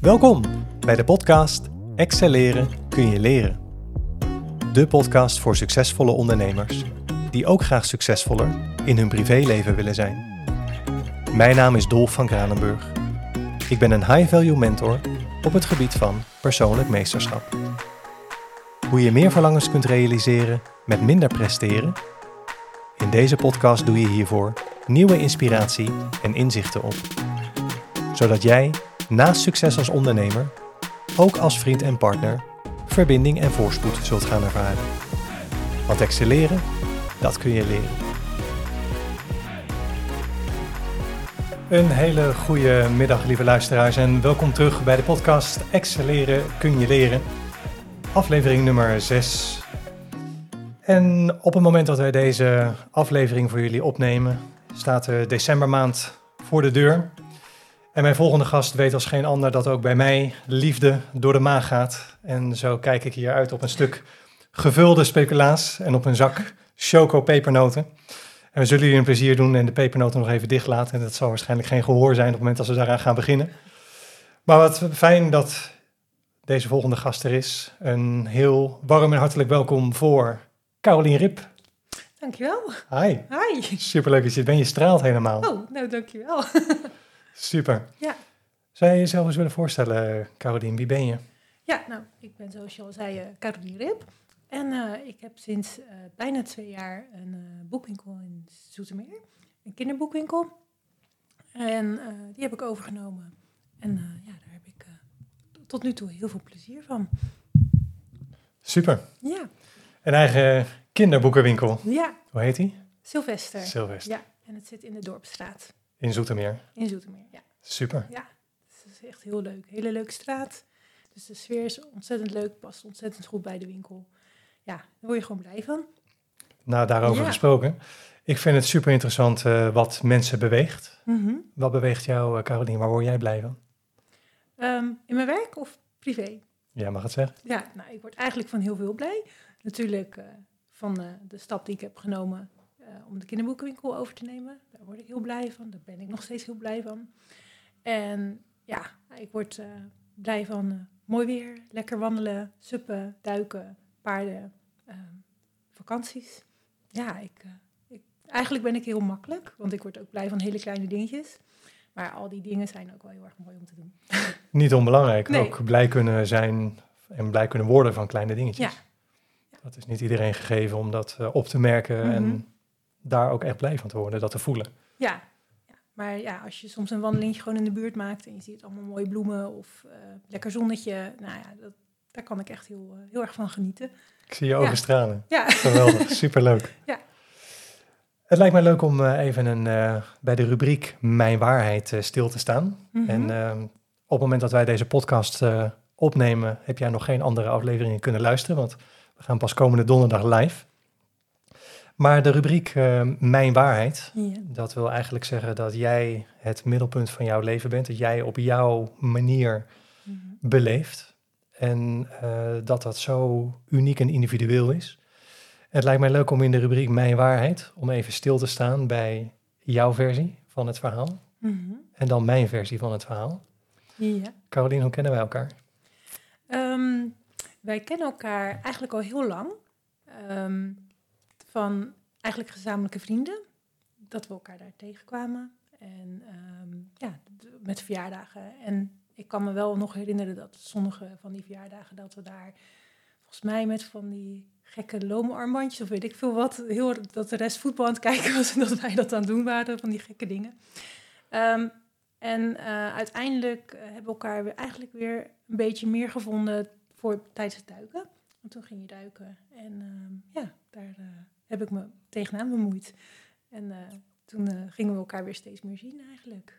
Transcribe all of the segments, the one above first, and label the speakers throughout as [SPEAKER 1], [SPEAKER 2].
[SPEAKER 1] Welkom bij de podcast Excelleren kun je leren. De podcast voor succesvolle ondernemers die ook graag succesvoller in hun privéleven willen zijn. Mijn naam is Dolf van Kranenburg. Ik ben een high-value mentor op het gebied van persoonlijk meesterschap. Hoe je meer verlangens kunt realiseren met minder presteren? In deze podcast doe je hiervoor nieuwe inspiratie en inzichten op. Zodat jij naast succes als ondernemer ook als vriend en partner verbinding en voorspoed zult gaan ervaren. Want excelleren, dat kun je leren. Een hele goede middag, lieve luisteraars, en welkom terug bij de podcast Excelleren kun je leren. Aflevering nummer 6. En op het moment dat wij deze aflevering voor jullie opnemen, staat de decembermaand voor de deur. En mijn volgende gast weet als geen ander dat ook bij mij liefde door de maag gaat. En zo kijk ik hier uit op een stuk gevulde speculaas en op een zak choco-pepernoten. En we zullen jullie een plezier doen en de pepernoten nog even dicht laten. En dat zal waarschijnlijk geen gehoor zijn op het moment dat we daaraan gaan beginnen. Maar wat fijn dat deze volgende gast er is. Een heel warm en hartelijk welkom voor Carolien Rip.
[SPEAKER 2] Dankjewel.
[SPEAKER 1] Hi.
[SPEAKER 2] Hi.
[SPEAKER 1] Superleuk dat je bent. Je straalt helemaal.
[SPEAKER 2] Oh, nou dankjewel.
[SPEAKER 1] Super.
[SPEAKER 2] Ja.
[SPEAKER 1] Zou je jezelf eens willen voorstellen, Carolien? Wie ben je?
[SPEAKER 2] Ja, nou, ik ben zoals je al zei Carolien Rip. En ik heb sinds bijna 2 jaar een boekwinkel in Zoetermeer. Een kinderboekwinkel. En die heb ik overgenomen. En daar heb ik tot nu toe heel veel plezier van.
[SPEAKER 1] Super.
[SPEAKER 2] Ja.
[SPEAKER 1] Een eigen kinderboekenwinkel.
[SPEAKER 2] Ja.
[SPEAKER 1] Hoe heet die?
[SPEAKER 2] Sylvester.
[SPEAKER 1] Sylvester.
[SPEAKER 2] Ja, en het zit in de Dorpsstraat.
[SPEAKER 1] In Zoetermeer.
[SPEAKER 2] In Zoetermeer, ja.
[SPEAKER 1] Super.
[SPEAKER 2] Ja, het is echt heel leuk. Hele leuke straat. Dus de sfeer is ontzettend leuk, past ontzettend goed bij de winkel. Ja, daar word je gewoon blij van.
[SPEAKER 1] Nou, daarover gesproken. Ik vind het super interessant wat mensen beweegt.
[SPEAKER 2] Mm-hmm.
[SPEAKER 1] Wat beweegt jou, Carolien? Waar word jij blij van?
[SPEAKER 2] In mijn werk of privé?
[SPEAKER 1] Jij mag het zeggen.
[SPEAKER 2] Ja, nou, ik word eigenlijk van heel veel blij. Natuurlijk van de stap die ik heb genomen om de kinderboekenwinkel over te nemen. Daar word ik heel blij van. Daar ben ik nog steeds heel blij van. En ja, ik word blij van mooi weer, lekker wandelen, suppen, duiken, paarden, vakanties. Ja, eigenlijk ben ik heel makkelijk, want ik word ook blij van hele kleine dingetjes. Maar al die dingen zijn ook wel heel erg mooi om te doen.
[SPEAKER 1] Niet onbelangrijk.
[SPEAKER 2] Nee.
[SPEAKER 1] Ook blij kunnen zijn en blij kunnen worden van kleine dingetjes.
[SPEAKER 2] Ja.
[SPEAKER 1] Dat is niet iedereen gegeven om dat op te merken en daar ook echt blij van te worden, dat te voelen.
[SPEAKER 2] Ja. Maar ja, als je soms een wandelingetje gewoon in de buurt maakt en je ziet allemaal mooie bloemen of lekker zonnetje, nou ja, daar kan ik echt heel erg van genieten.
[SPEAKER 1] Ik zie je ogen stralen.
[SPEAKER 2] Ja.
[SPEAKER 1] Geweldig, superleuk.
[SPEAKER 2] Ja.
[SPEAKER 1] Het lijkt mij leuk om even bij de rubriek Mijn Waarheid stil te staan.
[SPEAKER 2] Mm-hmm.
[SPEAKER 1] En op het moment dat wij deze podcast opnemen, heb jij nog geen andere afleveringen kunnen luisteren, want we gaan pas komende donderdag live. Maar de rubriek Mijn Waarheid, dat wil eigenlijk zeggen dat jij het middelpunt van jouw leven bent, dat jij op jouw manier beleeft en dat zo uniek en individueel is. Het lijkt mij leuk om in de rubriek Mijn Waarheid, om even stil te staan bij jouw versie van het verhaal en dan mijn versie van het verhaal.
[SPEAKER 2] Ja.
[SPEAKER 1] Carolien, hoe kennen wij elkaar?
[SPEAKER 2] Wij kennen elkaar eigenlijk al heel lang. Van eigenlijk gezamenlijke vrienden. Dat we elkaar daar tegenkwamen. En met verjaardagen. En ik kan me wel nog herinneren dat sommige van die verjaardagen, dat we daar volgens mij met van die gekke loom-armbandjes of weet ik veel wat, dat de rest voetbal aan het kijken was en dat wij dat aan het doen waren, van die gekke dingen. Uiteindelijk hebben we elkaar eigenlijk weer een beetje meer gevonden tijdens het duiken. En toen ging je duiken en daar heb ik me tegenaan bemoeid. En toen gingen we elkaar weer steeds meer zien eigenlijk.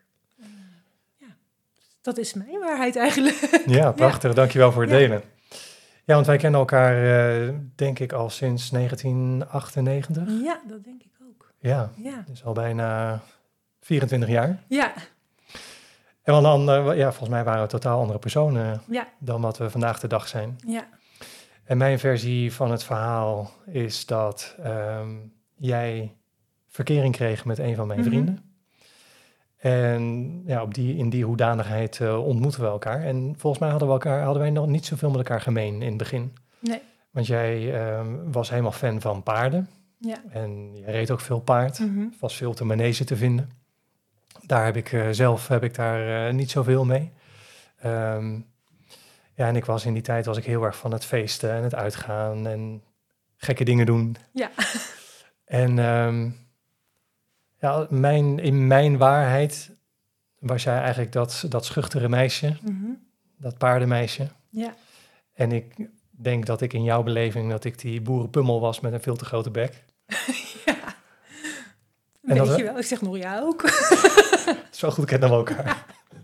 [SPEAKER 2] Dat is mijn waarheid eigenlijk.
[SPEAKER 1] Ja, prachtig. Ja. Dankjewel voor het delen. Ja, want wij kennen elkaar denk ik al sinds 1998.
[SPEAKER 2] Ja, dat denk ik ook.
[SPEAKER 1] Ja. Dus al bijna 24 jaar.
[SPEAKER 2] Ja.
[SPEAKER 1] En dan, volgens mij waren we totaal andere personen dan wat we vandaag de dag zijn.
[SPEAKER 2] Ja.
[SPEAKER 1] En mijn versie van het verhaal is dat jij verkering kreeg met een van mijn vrienden. En ja, in die hoedanigheid ontmoeten we elkaar. En volgens mij hadden wij nog niet zoveel met elkaar gemeen in het begin.
[SPEAKER 2] Nee.
[SPEAKER 1] Want jij was helemaal fan van paarden.
[SPEAKER 2] Ja.
[SPEAKER 1] En je reed ook veel paard.
[SPEAKER 2] Mhm.
[SPEAKER 1] Was veel te manege te vinden. Daar heb ik zelf daar niet zoveel mee. Ja, en in die tijd was ik heel erg van het feesten en het uitgaan en gekke dingen doen.
[SPEAKER 2] Ja.
[SPEAKER 1] En ja, in mijn waarheid was jij eigenlijk dat schuchtere meisje,
[SPEAKER 2] Mhm.
[SPEAKER 1] dat paardenmeisje.
[SPEAKER 2] Ja.
[SPEAKER 1] En ik denk dat ik in jouw beleving dat ik die boerenpummel was met een veel te grote bek.
[SPEAKER 2] Ja.
[SPEAKER 1] En dat
[SPEAKER 2] Weet
[SPEAKER 1] we-
[SPEAKER 2] je wel, ik zeg nog ja ook.
[SPEAKER 1] Zo goed kennen we elkaar.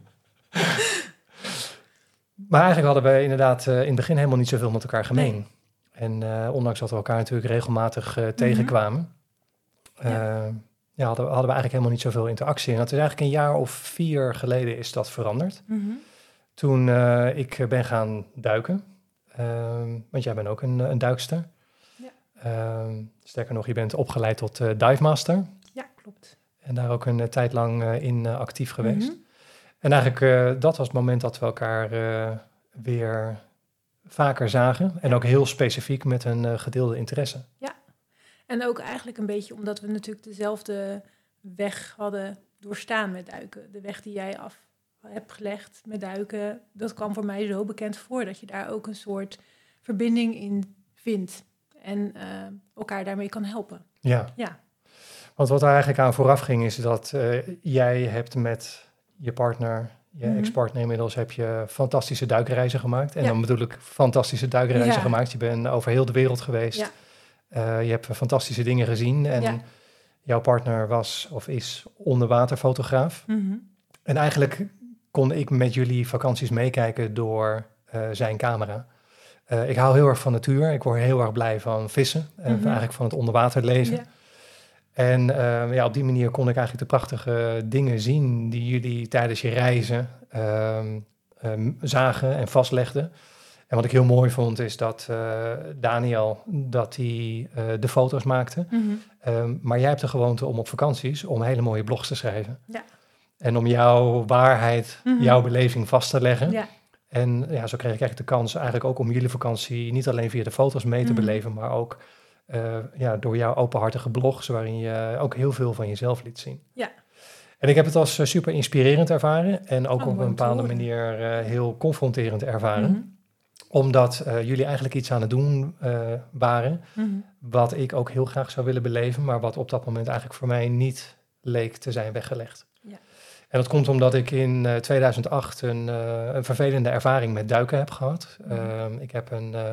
[SPEAKER 1] Maar eigenlijk hadden we inderdaad in het begin helemaal niet zoveel met elkaar gemeen.
[SPEAKER 2] Nee.
[SPEAKER 1] En ondanks dat we elkaar natuurlijk regelmatig tegenkwamen, hadden we eigenlijk helemaal niet zoveel interactie. En dat is eigenlijk een jaar of 4 geleden is dat veranderd.
[SPEAKER 2] Mhm.
[SPEAKER 1] Toen ik ben gaan duiken, want jij bent ook een duikster.
[SPEAKER 2] Ja.
[SPEAKER 1] Sterker nog, je bent opgeleid tot dive master.
[SPEAKER 2] Ja, klopt.
[SPEAKER 1] En daar ook een tijd lang in actief geweest.
[SPEAKER 2] Mhm.
[SPEAKER 1] En eigenlijk, dat was het moment dat we elkaar weer vaker zagen. En ook heel specifiek met een gedeelde interesse.
[SPEAKER 2] En ook eigenlijk een beetje omdat we natuurlijk dezelfde weg hadden doorstaan met duiken. De weg die jij af hebt gelegd met duiken, dat kwam voor mij zo bekend voor dat je daar ook een soort verbinding in vindt. En elkaar daarmee kan helpen.
[SPEAKER 1] Ja,
[SPEAKER 2] Ja.
[SPEAKER 1] want wat er eigenlijk aan vooraf ging is dat jij hebt met je partner, je
[SPEAKER 2] Mhm.
[SPEAKER 1] ex-partner inmiddels, heb je fantastische duikreizen gemaakt. En
[SPEAKER 2] Ja.
[SPEAKER 1] dan bedoel ik fantastische duikreizen
[SPEAKER 2] Ja.
[SPEAKER 1] gemaakt. Je bent over heel de wereld geweest.
[SPEAKER 2] Ja.
[SPEAKER 1] Je hebt fantastische dingen gezien. En
[SPEAKER 2] Ja.
[SPEAKER 1] jouw partner was of is onderwaterfotograaf.
[SPEAKER 2] Mhm.
[SPEAKER 1] En eigenlijk kon ik met jullie vakanties meekijken door zijn camera. Ik hou heel erg van natuur. Ik word heel erg blij van vissen. En
[SPEAKER 2] Mhm.
[SPEAKER 1] eigenlijk van het onderwater lezen.
[SPEAKER 2] Ja.
[SPEAKER 1] En op die manier kon ik eigenlijk de prachtige dingen zien die jullie tijdens je reizen zagen en vastlegden. En wat ik heel mooi vond is dat Daniel de foto's maakte.
[SPEAKER 2] Mhm.
[SPEAKER 1] Maar jij hebt de gewoonte om op vakanties om hele mooie blogs te schrijven.
[SPEAKER 2] Ja.
[SPEAKER 1] En om jouw waarheid,
[SPEAKER 2] Mhm.
[SPEAKER 1] jouw beleving vast te leggen.
[SPEAKER 2] Ja.
[SPEAKER 1] En ja, zo kreeg ik eigenlijk de kans eigenlijk ook om jullie vakantie niet alleen via de foto's mee te
[SPEAKER 2] Mhm.
[SPEAKER 1] beleven, maar ook door jouw openhartige blogs, waarin je ook heel veel van jezelf liet zien.
[SPEAKER 2] Ja.
[SPEAKER 1] En ik heb het als super inspirerend ervaren en ook op
[SPEAKER 2] mooi
[SPEAKER 1] een
[SPEAKER 2] om te
[SPEAKER 1] bepaalde
[SPEAKER 2] horen.
[SPEAKER 1] manier heel confronterend ervaren.
[SPEAKER 2] Mhm.
[SPEAKER 1] Omdat jullie eigenlijk iets aan het doen waren,
[SPEAKER 2] Mhm.
[SPEAKER 1] wat ik ook heel graag zou willen beleven, maar wat op dat moment eigenlijk voor mij niet leek te zijn weggelegd.
[SPEAKER 2] Ja.
[SPEAKER 1] En dat komt omdat ik in 2008 een vervelende ervaring met duiken heb gehad. Ik heb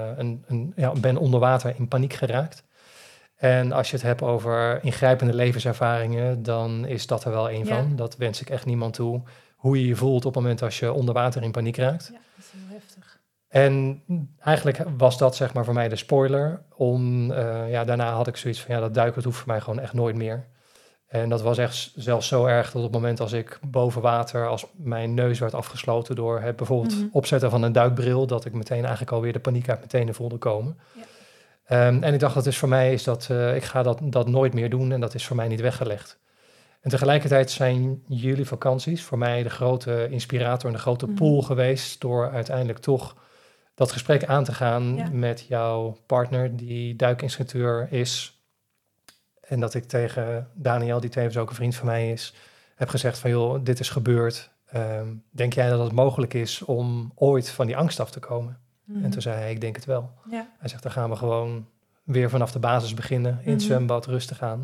[SPEAKER 1] ben onder water in paniek geraakt. En als je het hebt over ingrijpende levenservaringen, dan is dat er wel een
[SPEAKER 2] Ja.
[SPEAKER 1] van. Dat wens ik echt niemand toe. Hoe je je voelt op het moment als je onder water in paniek raakt.
[SPEAKER 2] Ja, dat is heel heftig.
[SPEAKER 1] En eigenlijk was dat zeg maar voor mij de spoiler. Daarna had ik zoiets van, dat duiken, dat hoeft voor mij gewoon echt nooit meer. En dat was echt zelfs zo erg dat op het moment als ik boven water, als mijn neus werd afgesloten door het bijvoorbeeld
[SPEAKER 2] Mhm.
[SPEAKER 1] opzetten van een duikbril, dat ik meteen eigenlijk alweer de paniek uit mijn tenen voelde komen.
[SPEAKER 2] Ja.
[SPEAKER 1] En ik dacht, dat is voor mij, ik ga dat nooit meer doen en dat is voor mij niet weggelegd. En tegelijkertijd zijn jullie vakanties voor mij de grote inspirator en de grote
[SPEAKER 2] Mhm.
[SPEAKER 1] pool geweest door uiteindelijk toch dat gesprek aan te gaan
[SPEAKER 2] Ja.
[SPEAKER 1] met jouw partner die duikinstructeur is. En dat ik tegen Daniel, die tevens ook een vriend van mij is, heb gezegd van joh, dit is gebeurd. Denk jij dat het mogelijk is om ooit van die angst af te komen?
[SPEAKER 2] Mhm.
[SPEAKER 1] En toen zei hij, ik denk het wel.
[SPEAKER 2] Ja.
[SPEAKER 1] Hij zegt, dan gaan we gewoon weer vanaf de basis beginnen, in het
[SPEAKER 2] Mhm.
[SPEAKER 1] zwembad, rustig aan.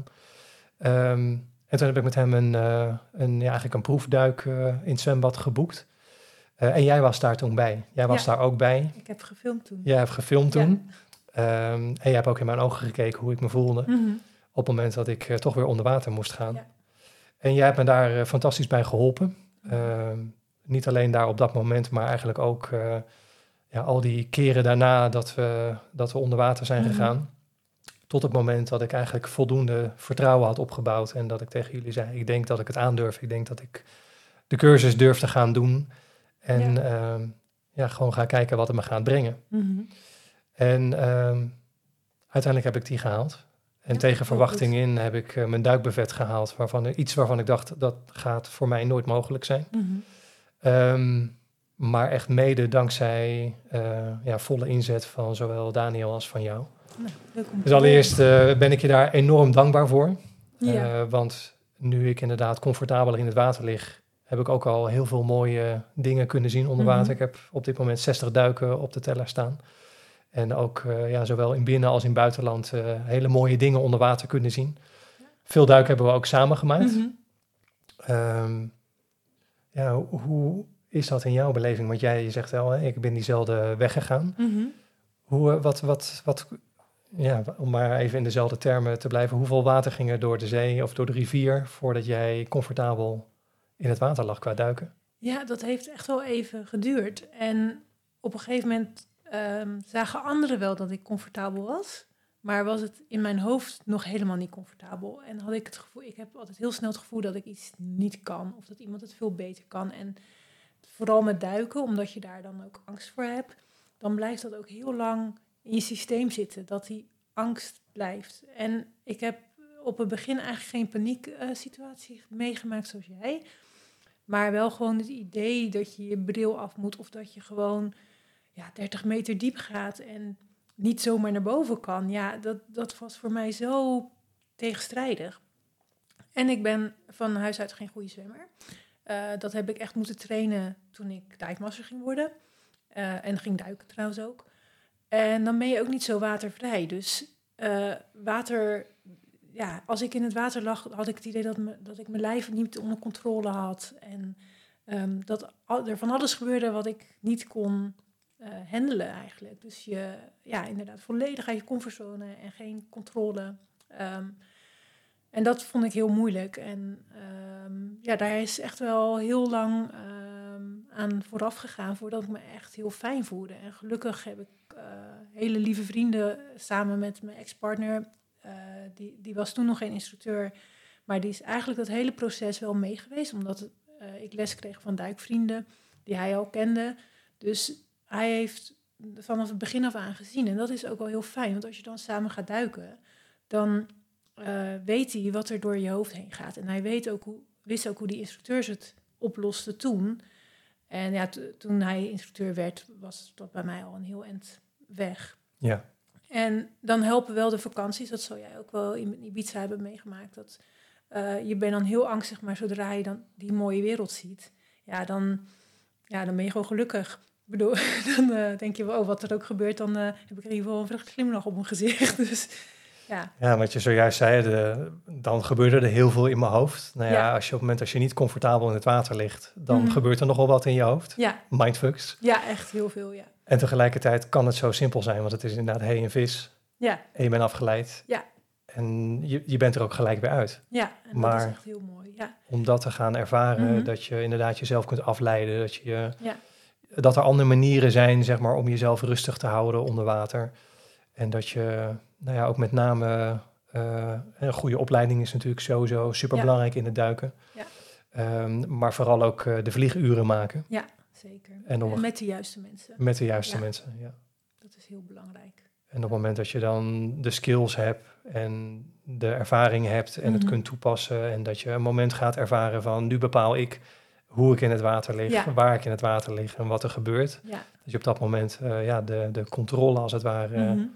[SPEAKER 1] En toen heb ik met hem eigenlijk een proefduik in het zwembad geboekt. En jij was daar toen bij. Jij was
[SPEAKER 2] Ja.
[SPEAKER 1] daar ook bij.
[SPEAKER 2] Ik heb gefilmd toen.
[SPEAKER 1] Jij hebt gefilmd
[SPEAKER 2] Ja.
[SPEAKER 1] toen. En jij hebt ook in mijn ogen gekeken hoe ik me voelde
[SPEAKER 2] Mhm.
[SPEAKER 1] op het moment dat ik toch weer onder water moest gaan.
[SPEAKER 2] Ja.
[SPEAKER 1] En jij hebt me daar fantastisch bij geholpen. Niet alleen daar op dat moment, maar eigenlijk ook al die keren daarna dat we onder water zijn
[SPEAKER 2] Mhm.
[SPEAKER 1] gegaan. Tot het moment dat ik eigenlijk voldoende vertrouwen had opgebouwd. En dat ik tegen jullie zei, ik denk dat ik het aandurf. Ik denk dat ik de cursus durf te gaan doen. En gewoon ga kijken wat het me gaat brengen.
[SPEAKER 2] Mhm.
[SPEAKER 1] En uiteindelijk heb ik die gehaald. En
[SPEAKER 2] Ja,
[SPEAKER 1] tegen
[SPEAKER 2] heel
[SPEAKER 1] verwachting
[SPEAKER 2] goed.
[SPEAKER 1] in heb ik mijn duikbevet gehaald. Waarvan ik dacht, dat gaat voor mij nooit mogelijk zijn. Maar echt mede dankzij volle inzet van zowel Daniel als van jou.
[SPEAKER 2] Nou, leuk om te
[SPEAKER 1] Dus allereerst
[SPEAKER 2] horen.
[SPEAKER 1] ben ik je daar enorm dankbaar voor.
[SPEAKER 2] Ja.
[SPEAKER 1] Want nu ik inderdaad comfortabeler in het water lig, heb ik ook al heel veel mooie dingen kunnen zien onder water. Ik heb op dit moment 60 duiken op de teller staan. En ook zowel in binnen- als in buitenland hele mooie dingen onder water kunnen zien.
[SPEAKER 2] Ja.
[SPEAKER 1] Veel duiken hebben we ook samen gemaakt.
[SPEAKER 2] Mhm.
[SPEAKER 1] Hoe is dat in jouw beleving? Want je zegt wel, hè, ik ben diezelfde weg gegaan.
[SPEAKER 2] Mhm.
[SPEAKER 1] Om maar even in dezelfde termen te blijven. Hoeveel water ging er door de zee of door de rivier voordat jij comfortabel in het water lag qua duiken?
[SPEAKER 2] Ja, dat heeft echt wel even geduurd. En op een gegeven moment zagen anderen wel dat ik comfortabel was. Maar was het in mijn hoofd nog helemaal niet comfortabel. En had ik het gevoel, ik heb altijd heel snel het gevoel dat ik iets niet kan. Of dat iemand het veel beter kan. En vooral met duiken, omdat je daar dan ook angst voor hebt. Dan blijft dat ook heel lang in je systeem zitten. Dat die angst blijft. En ik heb op het begin eigenlijk geen panieksituatie meegemaakt zoals jij. Maar wel gewoon het idee dat je je bril af moet. Of dat je gewoon 30 meter diep gaat en niet zomaar naar boven kan. Ja, dat was voor mij zo tegenstrijdig. En ik ben van huis uit geen goede zwemmer. Dat heb ik echt moeten trainen toen ik divemaster ging worden. En ging duiken trouwens ook. En dan ben je ook niet zo watervrij. Dus water... Ja, als ik in het water lag, had ik het idee dat ik mijn lijf niet onder controle had. En dat er van alles gebeurde wat ik niet kon handelen eigenlijk. Dus je, inderdaad, volledig uit je comfortzone en geen controle. En dat vond ik heel moeilijk. En daar is echt wel heel lang aan vooraf gegaan voordat ik me echt heel fijn voelde. En gelukkig heb ik hele lieve vrienden samen met mijn ex-partner. Die was toen nog geen instructeur, maar die is eigenlijk dat hele proces wel mee geweest, omdat ik les kreeg van duikvrienden die hij al kende. Dus hij heeft vanaf het begin af aan gezien. En dat is ook wel heel fijn, want als je dan samen gaat duiken, dan weet hij wat er door je hoofd heen gaat. En hij wist ook hoe die instructeurs het oplosten toen. En ja, toen hij instructeur werd, was dat bij mij al een heel eind weg.
[SPEAKER 1] Ja.
[SPEAKER 2] En dan helpen wel de vakanties, dat zal jij ook wel in Ibiza hebben meegemaakt. Dat je bent dan heel angstig, maar zodra je dan die mooie wereld ziet, dan ben je gewoon gelukkig. Ik bedoel, dan denk je wel, wat er ook gebeurt, dan heb ik in ieder geval een glimlach op mijn gezicht. Dus ja.
[SPEAKER 1] Ja, wat je zojuist zei, dan gebeurde er heel veel in mijn hoofd. Nou ja, als je niet comfortabel in het water ligt, dan gebeurt er nogal wat in je hoofd.
[SPEAKER 2] Ja.
[SPEAKER 1] Mindfucks.
[SPEAKER 2] Ja, echt heel veel, ja.
[SPEAKER 1] En tegelijkertijd kan het zo simpel zijn, want het is inderdaad een vis.
[SPEAKER 2] Ja.
[SPEAKER 1] En je bent afgeleid.
[SPEAKER 2] Ja.
[SPEAKER 1] En je bent er ook gelijk weer uit.
[SPEAKER 2] Ja, en
[SPEAKER 1] maar
[SPEAKER 2] dat is echt heel mooi, ja.
[SPEAKER 1] Om dat te gaan ervaren, dat je inderdaad jezelf kunt afleiden, dat er andere manieren zijn, zeg maar, om jezelf rustig te houden onder water. En dat je, ook met name, een goede opleiding is natuurlijk sowieso superbelangrijk in het duiken.
[SPEAKER 2] Ja.
[SPEAKER 1] Maar vooral ook de vlieguren maken.
[SPEAKER 2] Ja, zeker.
[SPEAKER 1] En
[SPEAKER 2] met de juiste mensen.
[SPEAKER 1] Met de juiste mensen, ja.
[SPEAKER 2] Dat is heel belangrijk.
[SPEAKER 1] En op het moment dat je dan de skills hebt en de ervaring hebt en het kunt toepassen en dat je een moment gaat ervaren van nu bepaal ik hoe ik in het water lig, waar ik in het water lig en wat er gebeurt. Ja. Dat je op dat moment de controle als het ware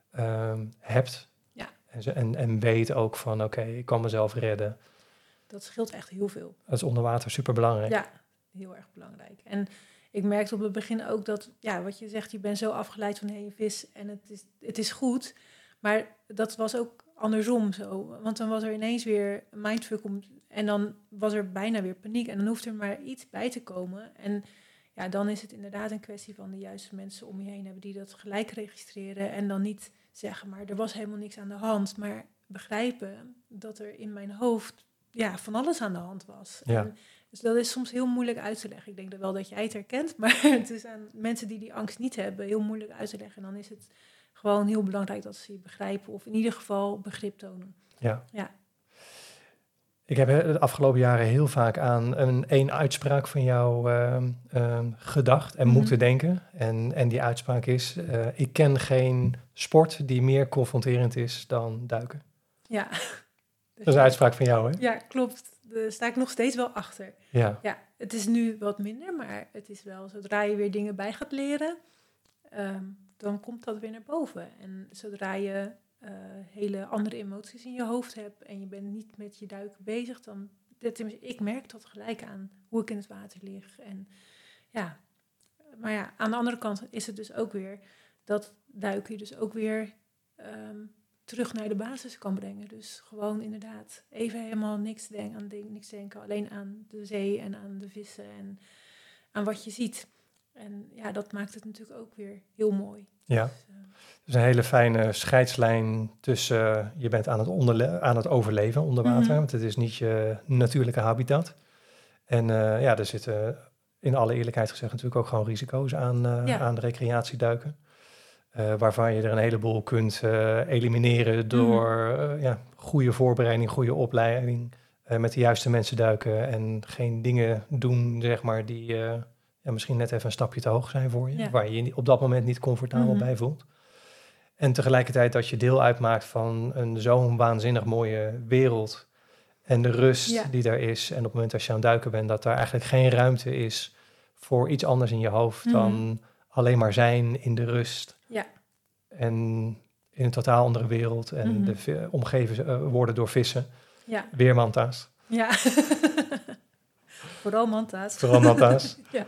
[SPEAKER 1] hebt. Ja. En weet ook van oké, ik kan mezelf redden.
[SPEAKER 2] Dat scheelt echt heel veel.
[SPEAKER 1] Dat is onder water super belangrijk.
[SPEAKER 2] Ja, heel erg belangrijk. En ik merkte op het begin ook dat, wat je zegt, je bent zo afgeleid van een vis en het is goed. Maar dat was ook andersom zo. Want dan was er ineens weer een mindfuck en dan was er bijna weer paniek. En dan hoeft er maar iets bij te komen. En dan is het inderdaad een kwestie van de juiste mensen om je heen hebben die dat gelijk registreren. En dan niet zeggen, maar er was helemaal niks aan de hand. Maar begrijpen dat er in mijn hoofd van alles aan de hand was.
[SPEAKER 1] Ja.
[SPEAKER 2] En dus dat is soms heel moeilijk uit te leggen. Ik denk wel dat jij het herkent, maar het is aan mensen die angst niet hebben heel moeilijk uit te leggen. En dan is het gewoon heel belangrijk dat ze je begrijpen of in ieder geval begrip tonen.
[SPEAKER 1] Ja. Ik heb de afgelopen jaren heel vaak aan een uitspraak van jou gedacht en moeten denken. En die uitspraak is, ik ken geen sport die meer confronterend is dan duiken.
[SPEAKER 2] Ja.
[SPEAKER 1] Dat is een uitspraak van jou, hè?
[SPEAKER 2] Ja, klopt. Daar sta ik nog steeds wel achter.
[SPEAKER 1] Ja.
[SPEAKER 2] Ja, het is nu wat minder, maar het is wel, zodra je weer dingen bij gaat leren, dan komt dat weer naar boven. En zodra je hele andere emoties in je hoofd hebt en je bent niet met je duiken bezig, dan, ik merk dat gelijk aan hoe ik in het water lig. En ja, maar ja, aan de andere kant is het dus ook weer dat duiken je dus ook weer terug naar de basis kan brengen. Dus gewoon inderdaad even helemaal niks denken, alleen aan de zee en aan de vissen en aan wat je ziet. En ja, dat maakt het natuurlijk ook weer heel mooi.
[SPEAKER 1] Ja,
[SPEAKER 2] Dus,
[SPEAKER 1] dus een hele fijne scheidslijn tussen je bent aan het overleven onder water, want het is niet je natuurlijke habitat. En ja, er zitten in alle eerlijkheid gezegd natuurlijk ook gewoon risico's aan de recreatieduiken. Waarvan je er een heleboel kunt elimineren door goede voorbereiding, goede opleiding, met de juiste mensen duiken en geen dingen doen, zeg maar, die misschien net even een stapje te hoog zijn voor je, waar je je op dat moment niet comfortabel bij voelt. En tegelijkertijd dat je deel uitmaakt van zo'n waanzinnig mooie wereld en de rust die daar is. En op het moment dat je aan het duiken bent, dat daar eigenlijk geen ruimte is voor iets anders in je hoofd dan alleen maar zijn in de rust.
[SPEAKER 2] Ja.
[SPEAKER 1] En in een totaal andere wereld. En omgeven worden door vissen. Ja. Weer manta's.
[SPEAKER 2] Ja. Vooral manta's.
[SPEAKER 1] Vooral manta's.
[SPEAKER 2] Ja.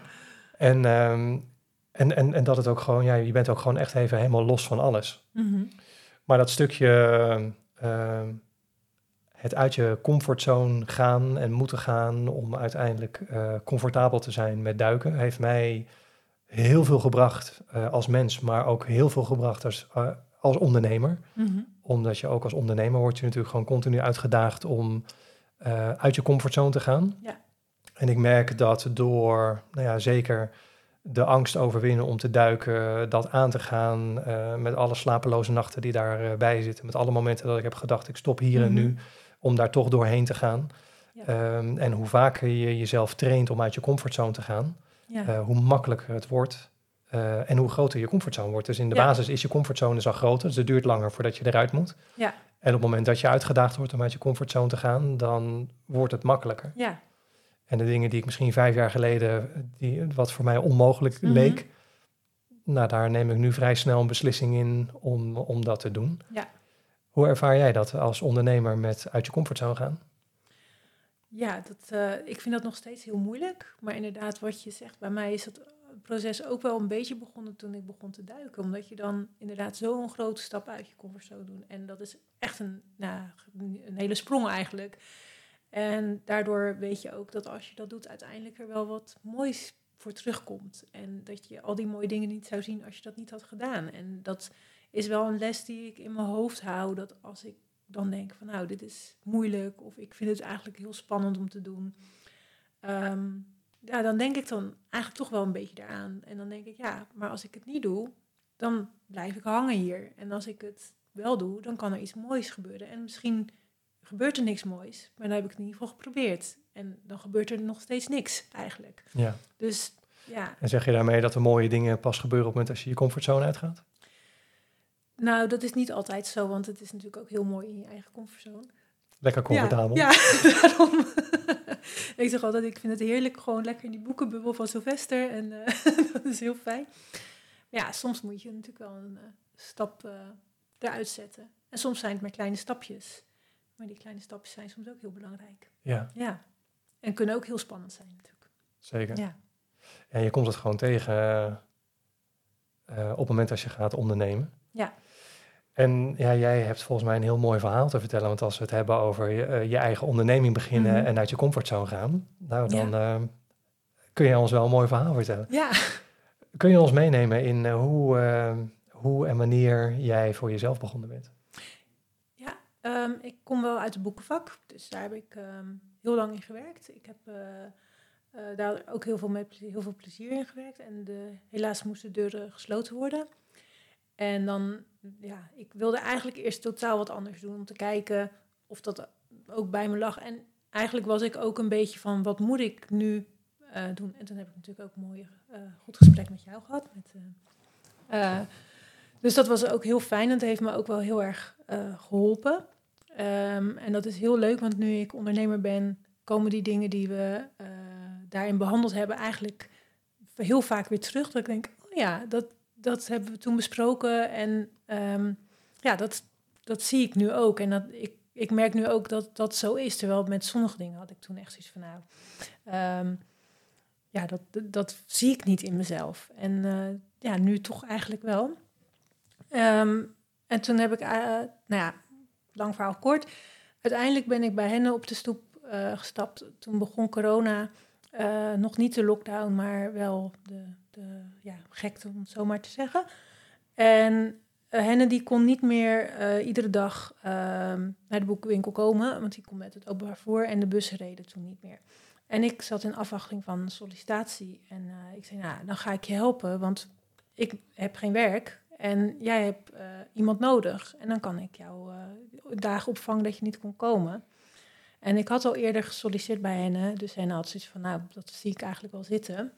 [SPEAKER 1] En dat het ook gewoon, je bent ook gewoon echt even helemaal los van alles. Maar dat stukje het uit je comfortzone gaan en moeten gaan om uiteindelijk comfortabel te zijn met duiken, heeft mij heel veel gebracht als mens, maar ook heel veel gebracht als ondernemer. Omdat je ook als ondernemer wordt je natuurlijk gewoon continu uitgedaagd om uit je comfortzone te gaan. Ja. En ik merk dat door, zeker de angst overwinnen om te duiken, dat aan te gaan, met alle slapeloze nachten die daarbij zitten, met alle momenten dat ik heb gedacht, ik stop hier en nu, om daar toch doorheen te gaan. Ja. En hoe vaker je jezelf traint om uit je comfortzone te gaan, hoe makkelijker het wordt en hoe groter je comfortzone wordt. Dus in de basis is je comfortzone al groter, dus het duurt langer voordat je eruit moet. Ja. En op het moment dat je uitgedaagd wordt om uit je comfortzone te gaan, dan wordt het makkelijker. Ja. En de dingen die ik misschien 5 jaar geleden, wat voor mij onmogelijk leek, daar neem ik nu vrij snel een beslissing in om dat te doen. Ja. Hoe ervaar jij dat als ondernemer met uit je comfortzone gaan?
[SPEAKER 2] Ja, ik vind dat nog steeds heel moeilijk. Maar inderdaad, wat je zegt, bij mij is het proces ook wel een beetje begonnen toen ik begon te duiken. Omdat je dan inderdaad zo'n grote stap uit je comfortzone doet. En dat is echt een hele sprong eigenlijk. En daardoor weet je ook dat als je dat doet, uiteindelijk er wel wat moois voor terugkomt. En dat je al die mooie dingen niet zou zien als je dat niet had gedaan. En dat is wel een les die ik in mijn hoofd hou. Dat als ik dan denk van dit is moeilijk of ik vind het eigenlijk heel spannend om te doen. Dan denk ik dan eigenlijk toch wel een beetje daaraan. En dan denk ik, maar als ik het niet doe, dan blijf ik hangen hier. En als ik het wel doe, dan kan er iets moois gebeuren. En misschien gebeurt er niks moois, maar dan heb ik het in ieder geval geprobeerd. En dan gebeurt er nog steeds niks eigenlijk. Ja. Dus ja.
[SPEAKER 1] En zeg je daarmee dat de mooie dingen pas gebeuren op het moment als je je comfortzone uitgaat?
[SPEAKER 2] Nou, dat is niet altijd zo, want het is natuurlijk ook heel mooi in je eigen comfortzone.
[SPEAKER 1] Lekker comfortabel.
[SPEAKER 2] Ja, daarom. Ik zeg altijd, ik vind het heerlijk, gewoon lekker in die boekenbubbel van Sylvester. En dat is heel fijn. Ja, soms moet je natuurlijk wel een stap eruit zetten. En soms zijn het maar kleine stapjes. Maar die kleine stapjes zijn soms ook heel belangrijk. Ja. En kunnen ook heel spannend zijn natuurlijk.
[SPEAKER 1] Zeker. Ja. En je komt het gewoon tegen op het moment als je gaat ondernemen. Ja. En jij hebt volgens mij een heel mooi verhaal te vertellen. Want als we het hebben over je eigen onderneming beginnen en uit je comfortzone gaan, dan kun je ons wel een mooi verhaal vertellen. Ja. Kun je ons meenemen in hoe en wanneer jij voor jezelf begonnen bent?
[SPEAKER 2] Ik kom wel uit het boekenvak, dus daar heb ik heel lang in gewerkt. Ik heb daar ook heel veel plezier in gewerkt. En helaas moesten de deuren gesloten worden. En dan, ik wilde eigenlijk eerst totaal wat anders doen om te kijken of dat ook bij me lag. En eigenlijk was ik ook een beetje van, wat moet ik nu doen? En toen heb ik natuurlijk ook een mooi, goed gesprek met jou gehad. Dus dat was ook heel fijn en het heeft me ook wel heel erg geholpen. En dat is heel leuk, want nu ik ondernemer ben, komen die dingen die we daarin behandeld hebben eigenlijk heel vaak weer terug. Dat ik denk, oh ja, dat hebben we toen besproken. En dat zie ik nu ook. En ik merk nu ook dat dat zo is. Terwijl met sommige dingen had ik toen echt zoiets van, dat zie ik niet in mezelf. En nu toch eigenlijk wel. En toen heb ik, lang verhaal kort. Uiteindelijk ben ik bij hen op de stoep gestapt. Toen begon corona. Nog niet de lockdown, maar wel de gekte, om het zo maar te zeggen. En Henne die kon niet meer iedere dag naar de boekenwinkel komen, want die kon met het openbaar vervoer en de bussen reden toen niet meer. En ik zat in afwachting van sollicitatie en ik zei, nou, dan ga ik je helpen, want ik heb geen werk en jij hebt iemand nodig. En dan kan ik jou dagen opvangen dat je niet kon komen. En ik had al eerder gesolliciteerd bij Henne, dus Henne had zoiets van, nou, dat zie ik eigenlijk wel zitten.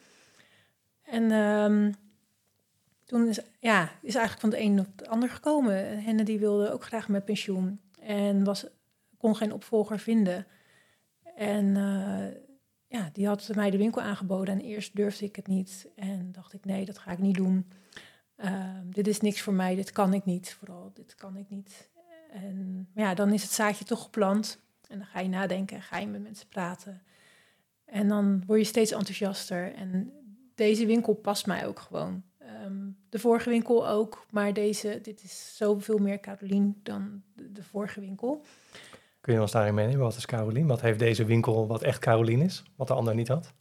[SPEAKER 2] En toen is eigenlijk van de een op de ander gekomen. Henne die wilde ook graag met pensioen en kon geen opvolger vinden. En die had mij de winkel aangeboden en eerst durfde ik het niet. En dacht ik, nee, dat ga ik niet doen. Dit is niks voor mij, dit kan ik niet. Vooral, dit kan ik niet. En dan is het zaadje toch geplant. En dan ga je nadenken, ga je met mensen praten. En dan word je steeds enthousiaster. En deze winkel past mij ook gewoon. De vorige winkel ook, maar dit is zoveel meer Carolien dan de vorige winkel.
[SPEAKER 1] Kun je ons daarin meenemen? Wat is Carolien? Wat heeft deze winkel wat echt Carolien is, wat de ander niet had?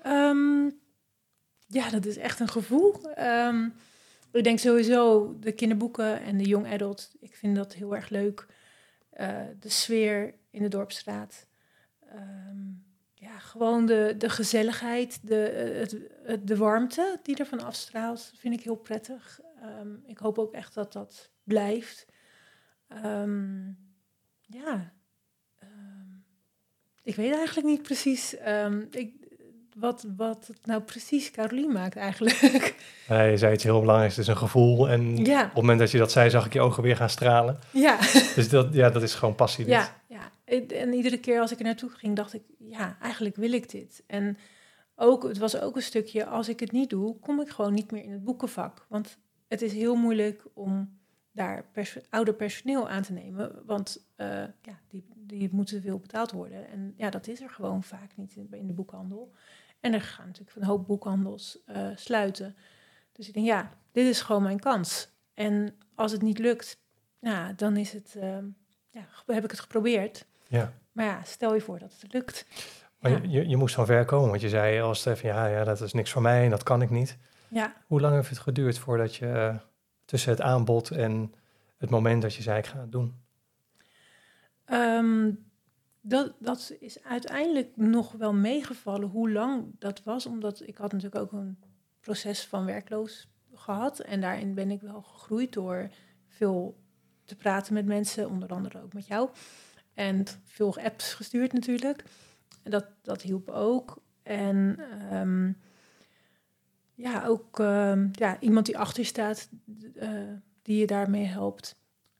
[SPEAKER 2] Dat is echt een gevoel. Ik denk sowieso de kinderboeken en de young adult. Ik vind dat heel erg leuk. De sfeer in de Dorpsstraat. Gewoon de gezelligheid, de warmte die ervan afstraalt, vind ik heel prettig. Ik hoop ook echt dat dat blijft. Ik weet eigenlijk niet precies wat het nou precies Carolien maakt eigenlijk.
[SPEAKER 1] Je zei iets heel belangrijks, het is een gevoel. En op het moment dat je dat zei, zag ik je ogen weer gaan stralen.
[SPEAKER 2] Ja.
[SPEAKER 1] Dus dat is gewoon passie.
[SPEAKER 2] Ja. En iedere keer als ik er naartoe ging, dacht ik, ja, eigenlijk wil ik dit. En het was ook een stukje, als ik het niet doe, kom ik gewoon niet meer in het boekenvak. Want het is heel moeilijk om daar ouder personeel aan te nemen. Want die moeten veel betaald worden. En dat is er gewoon vaak niet in de boekhandel. En er gaan natuurlijk een hoop boekhandels sluiten. Dus ik denk, dit is gewoon mijn kans. En als het niet lukt, dan is het, heb ik het geprobeerd.
[SPEAKER 1] Ja.
[SPEAKER 2] Maar stel je voor dat het lukt.
[SPEAKER 1] Maar je moest van ver komen, want je zei als even, dat is niks voor mij en dat kan ik niet.
[SPEAKER 2] Ja.
[SPEAKER 1] Hoe lang heeft het geduurd voordat je tussen het aanbod en het moment dat je zei, ik ga het doen?
[SPEAKER 2] Dat is uiteindelijk nog wel meegevallen hoe lang dat was. Omdat ik had natuurlijk ook een proces van werkloos gehad. En daarin ben ik wel gegroeid door veel te praten met mensen, onder andere ook met jou. En veel apps gestuurd natuurlijk. Dat hielp ook. En iemand die achter je staat, die je daarmee helpt.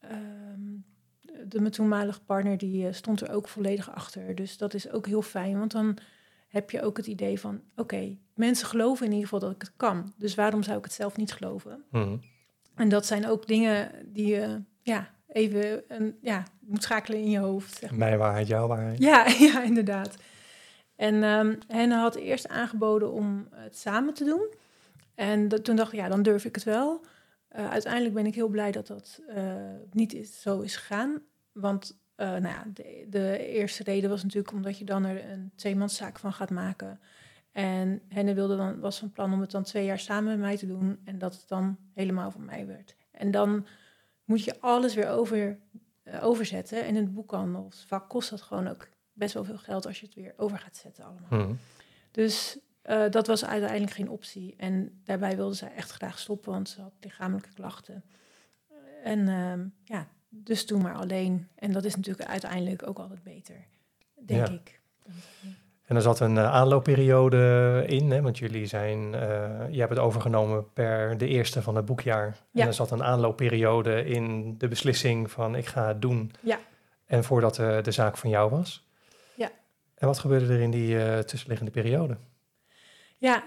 [SPEAKER 2] Mijn toenmalige partner, die stond er ook volledig achter. Dus dat is ook heel fijn, want dan heb je ook het idee van, oké, mensen geloven in ieder geval dat ik het kan. Dus waarom zou ik het zelf niet geloven?
[SPEAKER 1] Mm-hmm.
[SPEAKER 2] En dat zijn ook dingen die je even moet schakelen in je hoofd. Zeg maar.
[SPEAKER 1] Mijn waarheid, jouw waarheid.
[SPEAKER 2] Ja, inderdaad. En Henne had eerst aangeboden om het samen te doen. En toen dacht ik, dan durf ik het wel. Uiteindelijk ben ik heel blij dat dat niet zo is gegaan. Want de eerste reden was natuurlijk omdat je dan er een tweemanszaak van gaat maken. En Henne was van plan om het dan 2 jaar samen met mij te doen. En dat het dan helemaal van mij werd. En dan moet je alles weer overzetten. En in het boekhandelsvak kost dat gewoon ook best wel veel geld als je het weer over gaat zetten allemaal. Mm. Dus dat was uiteindelijk geen optie. En daarbij wilde zij echt graag stoppen, want ze had lichamelijke klachten. En dus toen maar alleen. En dat is natuurlijk uiteindelijk ook altijd beter, denk ik.
[SPEAKER 1] En er zat een aanloopperiode in, hè? Want jullie je hebt het overgenomen per de eerste van het boekjaar. Ja. En er zat een aanloopperiode in de beslissing van ik ga het doen.
[SPEAKER 2] Ja.
[SPEAKER 1] en voordat de zaak van jou was.
[SPEAKER 2] Ja.
[SPEAKER 1] En wat gebeurde er in die tussenliggende periode?
[SPEAKER 2] Ja,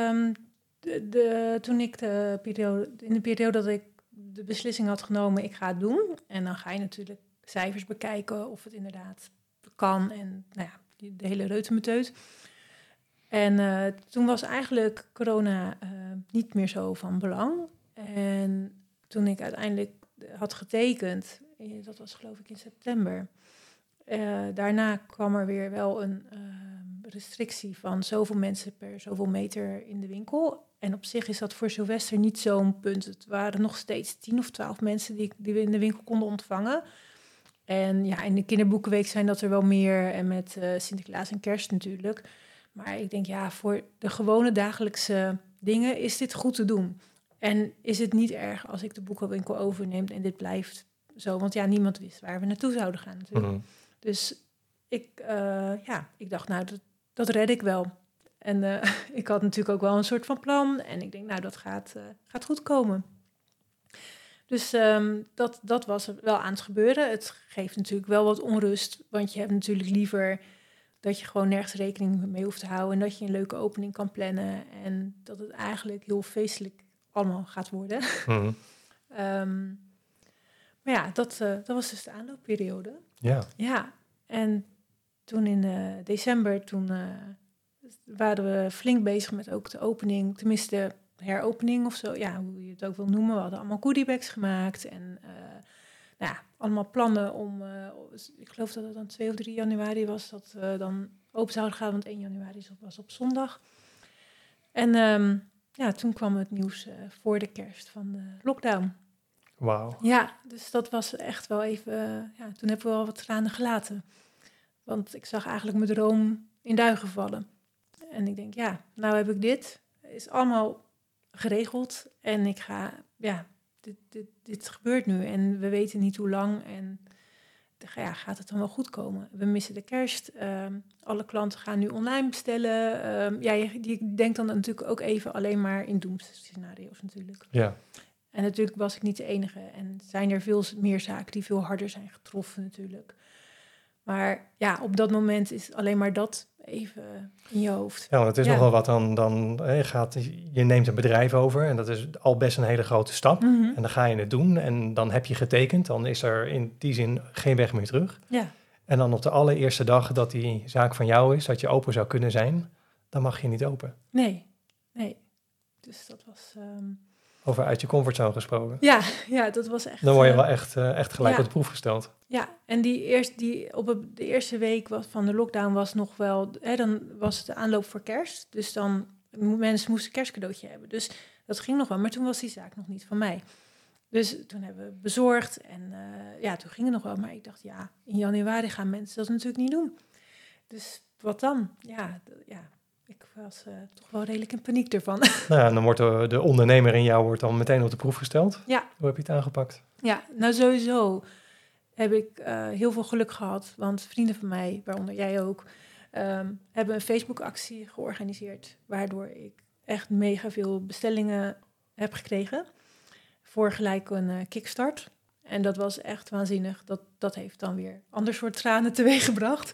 [SPEAKER 2] toen ik in de periode dat ik de beslissing had genomen, ik ga het doen. En dan ga je natuurlijk cijfers bekijken of het inderdaad kan. En nou ja, de hele reutemeteut. En toen was eigenlijk corona niet meer zo van belang. En toen ik uiteindelijk had getekend, dat was geloof ik in september. Daarna kwam er weer wel een restrictie van zoveel mensen per zoveel meter in de winkel. En op zich is dat voor Sylvester niet zo'n punt. Het waren nog steeds 10 of 12 mensen die we in de winkel konden ontvangen. En ja, in de kinderboekenweek zijn dat er wel meer. En met Sinterklaas en Kerst natuurlijk. Maar ik denk, ja, voor de gewone dagelijkse dingen is dit goed te doen. En is het niet erg als ik de boekenwinkel overneem en dit blijft zo. Want ja, niemand wist waar we naartoe zouden gaan natuurlijk.
[SPEAKER 1] Mm-hmm.
[SPEAKER 2] Dus ik dacht, nou, dat red ik wel. En ik had natuurlijk ook wel een soort van plan. En ik denk, nou, dat gaat goed komen. Dus dat was er wel aan het gebeuren. Het geeft natuurlijk wel wat onrust. Want je hebt natuurlijk liever dat je gewoon nergens rekening mee hoeft te houden. En dat je een leuke opening kan plannen. En dat het eigenlijk heel feestelijk allemaal gaat worden.
[SPEAKER 1] Mm-hmm.
[SPEAKER 2] Maar ja, dat was dus de aanloopperiode.
[SPEAKER 1] Ja.
[SPEAKER 2] Ja, en toen in december, waren we flink bezig met ook de opening, tenminste de heropening of zo, ja, hoe je het ook wil noemen. We hadden allemaal goodiebags gemaakt en allemaal plannen om, ik geloof dat het dan 2 of 3 januari was, dat we dan open zouden gaan, want 1 januari was op zondag. En toen kwam het nieuws voor de kerst van de lockdown.
[SPEAKER 1] Wauw.
[SPEAKER 2] Ja, dus dat was echt wel even, toen hebben we wel wat tranen gelaten. Want ik zag eigenlijk mijn droom in duigen vallen. En ik denk, ja, nou heb ik dit. Is allemaal geregeld. En ik ga, ja, dit gebeurt nu. En we weten niet hoe lang. En ja, gaat het dan wel goed komen? We missen de kerst. Alle klanten gaan nu online bestellen. Je denkt dan natuurlijk ook even alleen maar in doemscenario's natuurlijk.
[SPEAKER 1] Ja.
[SPEAKER 2] En natuurlijk was ik niet de enige. En zijn er veel meer zaken die veel harder zijn getroffen natuurlijk. Maar ja, op dat moment is alleen maar dat even in je hoofd.
[SPEAKER 1] Ja, want het is nogal wat je neemt een bedrijf over en dat is al best een hele grote stap.
[SPEAKER 2] Mm-hmm.
[SPEAKER 1] En dan ga je het doen en dan heb je getekend. Dan is er in die zin geen weg meer terug.
[SPEAKER 2] Ja.
[SPEAKER 1] En dan op de allereerste dag dat die zaak van jou is, dat je open zou kunnen zijn, dan mag je niet open.
[SPEAKER 2] Nee. Dus dat was...
[SPEAKER 1] Over uit je comfortzone gesproken.
[SPEAKER 2] Ja, dat was echt...
[SPEAKER 1] Dan word je wel echt gelijk op de proef gesteld.
[SPEAKER 2] Ja, en de eerste week van de lockdown was nog wel... dan was het de aanloop voor kerst. Dus dan mensen moesten een kerstcadeautje hebben. Dus dat ging nog wel. Maar toen was die zaak nog niet van mij. Dus toen hebben we bezorgd. En toen ging het nog wel. Maar ik dacht, ja, in januari gaan mensen dat natuurlijk niet doen. Dus wat dan? Ja. Ik was toch wel redelijk in paniek ervan.
[SPEAKER 1] Nou ja, dan wordt de ondernemer in jou dan meteen op de proef gesteld.
[SPEAKER 2] Ja.
[SPEAKER 1] Hoe heb je het aangepakt?
[SPEAKER 2] Ja, nou sowieso heb ik heel veel geluk gehad. Want vrienden van mij, waaronder jij ook, hebben een Facebook-actie georganiseerd. Waardoor ik echt mega veel bestellingen heb gekregen. Voor gelijk een kickstart. En dat was echt waanzinnig. Dat heeft dan weer ander soort tranen teweeggebracht.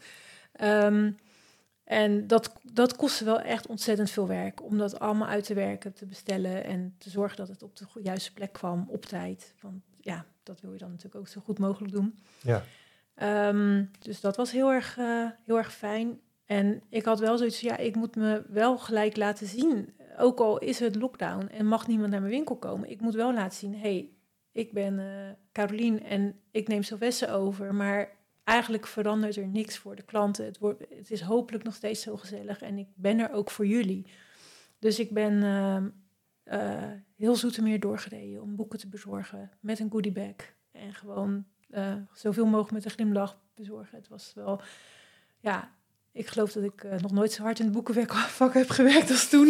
[SPEAKER 2] En dat kostte wel echt ontzettend veel werk. Om dat allemaal uit te werken, te bestellen en te zorgen dat het op de juiste plek kwam op tijd. Want ja, dat wil je dan natuurlijk ook zo goed mogelijk doen.
[SPEAKER 1] Ja.
[SPEAKER 2] Dus dat was heel erg fijn. En ik had wel zoiets van, ik moet me wel gelijk laten zien. Ook al is het lockdown en mag niemand naar mijn winkel komen. Ik moet wel laten zien, hey, ik ben Carolien en ik neem Sylvester over. Maar eigenlijk verandert er niks voor de klanten. Het is hopelijk nog steeds zo gezellig. En ik ben er ook voor jullie. Dus ik ben heel Zoetermeer doorgereden om boeken te bezorgen met een goodiebag. En gewoon zoveel mogelijk met een glimlach bezorgen. Het was wel, ik geloof dat ik nog nooit zo hard in het boekenvak heb gewerkt als toen.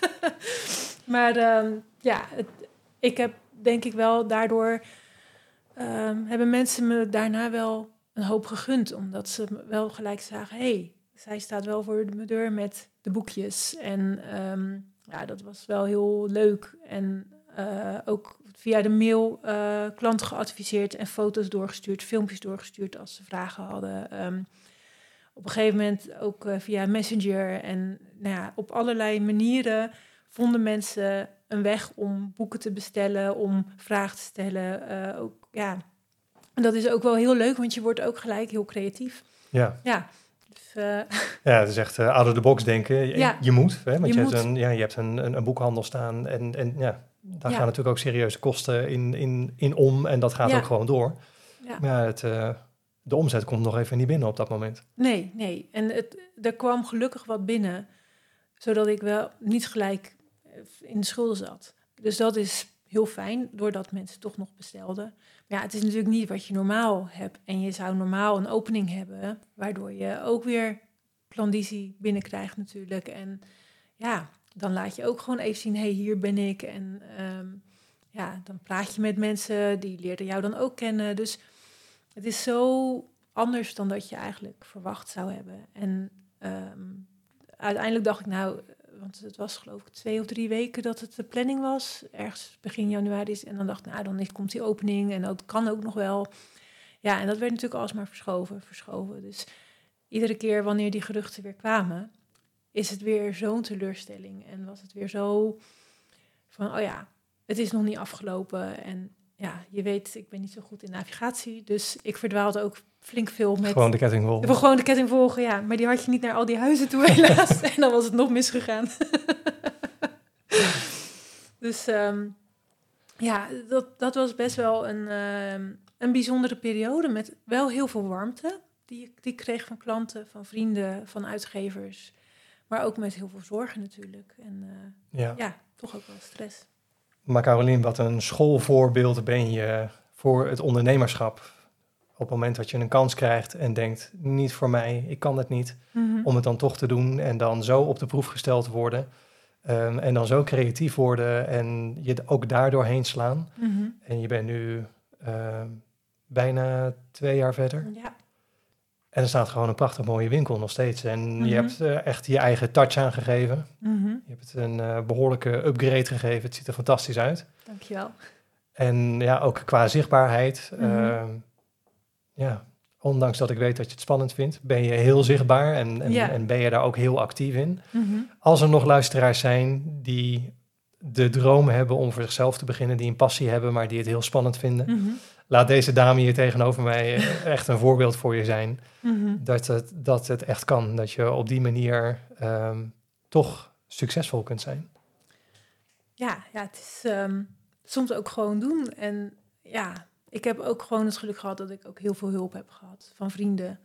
[SPEAKER 2] Maar ik heb denk ik wel daardoor, hebben mensen me daarna wel een hoop gegund. Omdat ze wel gelijk zagen, hey, zij staat wel voor mijn deur met de boekjes. En dat was wel heel leuk. En ook via de mail klanten geadviseerd en foto's doorgestuurd, filmpjes doorgestuurd als ze vragen hadden. Op een gegeven moment ook via Messenger en op allerlei manieren vonden mensen een weg om boeken te bestellen, om vragen te stellen. En dat is ook wel heel leuk, want je wordt ook gelijk heel creatief.
[SPEAKER 1] Ja.
[SPEAKER 2] Dus,
[SPEAKER 1] ja, het is echt out of the box denken. Je moet, hè, want je hebt een boekhandel staan en daar gaan natuurlijk ook serieuze kosten in om en dat gaat ook gewoon door. Ja. Maar de omzet komt nog even niet binnen op dat moment.
[SPEAKER 2] Nee. En er kwam gelukkig wat binnen, zodat ik wel niet gelijk in de schulden zat. Dus dat is heel fijn, doordat mensen toch nog bestelden. Maar het is natuurlijk niet wat je normaal hebt. En je zou normaal een opening hebben, waardoor je ook weer klandizie binnenkrijgt natuurlijk. En dan laat je ook gewoon even zien, hey, hier ben ik. En dan praat je met mensen, die leerden jou dan ook kennen. Dus het is zo anders dan dat je eigenlijk verwacht zou hebben. En uiteindelijk dacht ik, want het was geloof ik 2 of 3 weken dat het de planning was. Ergens begin januari. En dan dacht ik, dan komt die opening en dat kan ook nog wel. Ja, en dat werd natuurlijk alsmaar verschoven. Dus iedere keer wanneer die geruchten weer kwamen, is het weer zo'n teleurstelling. En was het weer zo van, het is nog niet afgelopen. En je weet, ik ben niet zo goed in navigatie. Dus ik verdwaalde ook flink veel met...
[SPEAKER 1] Gewoon de ketting volgen.
[SPEAKER 2] Gewoon de ketting volgen, ja. Maar die had je niet naar al die huizen toe, helaas. En dan was het nog misgegaan. Dus dat was best wel een bijzondere periode met wel heel veel warmte die ik kreeg van klanten, van vrienden, van uitgevers. Maar ook met heel veel zorgen natuurlijk. En toch ook wel stress.
[SPEAKER 1] Maar Carolien, wat een schoolvoorbeeld ben je voor het ondernemerschap. Op het moment dat je een kans krijgt en denkt, niet voor mij, ik kan het niet. Mm-hmm. Om het dan toch te doen en dan zo op de proef gesteld te worden. En dan zo creatief worden en je ook daardoor heen slaan. Mm-hmm. En je bent nu bijna 2 jaar verder.
[SPEAKER 2] Ja.
[SPEAKER 1] En er staat gewoon een prachtig mooie winkel nog steeds. En je hebt echt je eigen touch aangegeven. Mm-hmm. Je hebt het een behoorlijke upgrade gegeven. Het ziet er fantastisch uit.
[SPEAKER 2] Dankjewel.
[SPEAKER 1] En ook qua zichtbaarheid. Mm-hmm. Ondanks dat ik weet dat je het spannend vindt, ben je heel zichtbaar en ben je daar ook heel actief in. Mm-hmm. Als er nog luisteraars zijn die de droom hebben om voor zichzelf te beginnen, die een passie hebben, maar die het heel spannend vinden, mm-hmm. Laat deze dame hier tegenover mij echt een voorbeeld voor je zijn. Mm-hmm. Dat het echt kan, dat je op die manier toch succesvol kunt zijn.
[SPEAKER 2] Ja, het is soms ook gewoon doen. En ik heb ook gewoon het geluk gehad dat ik ook heel veel hulp heb gehad van vrienden.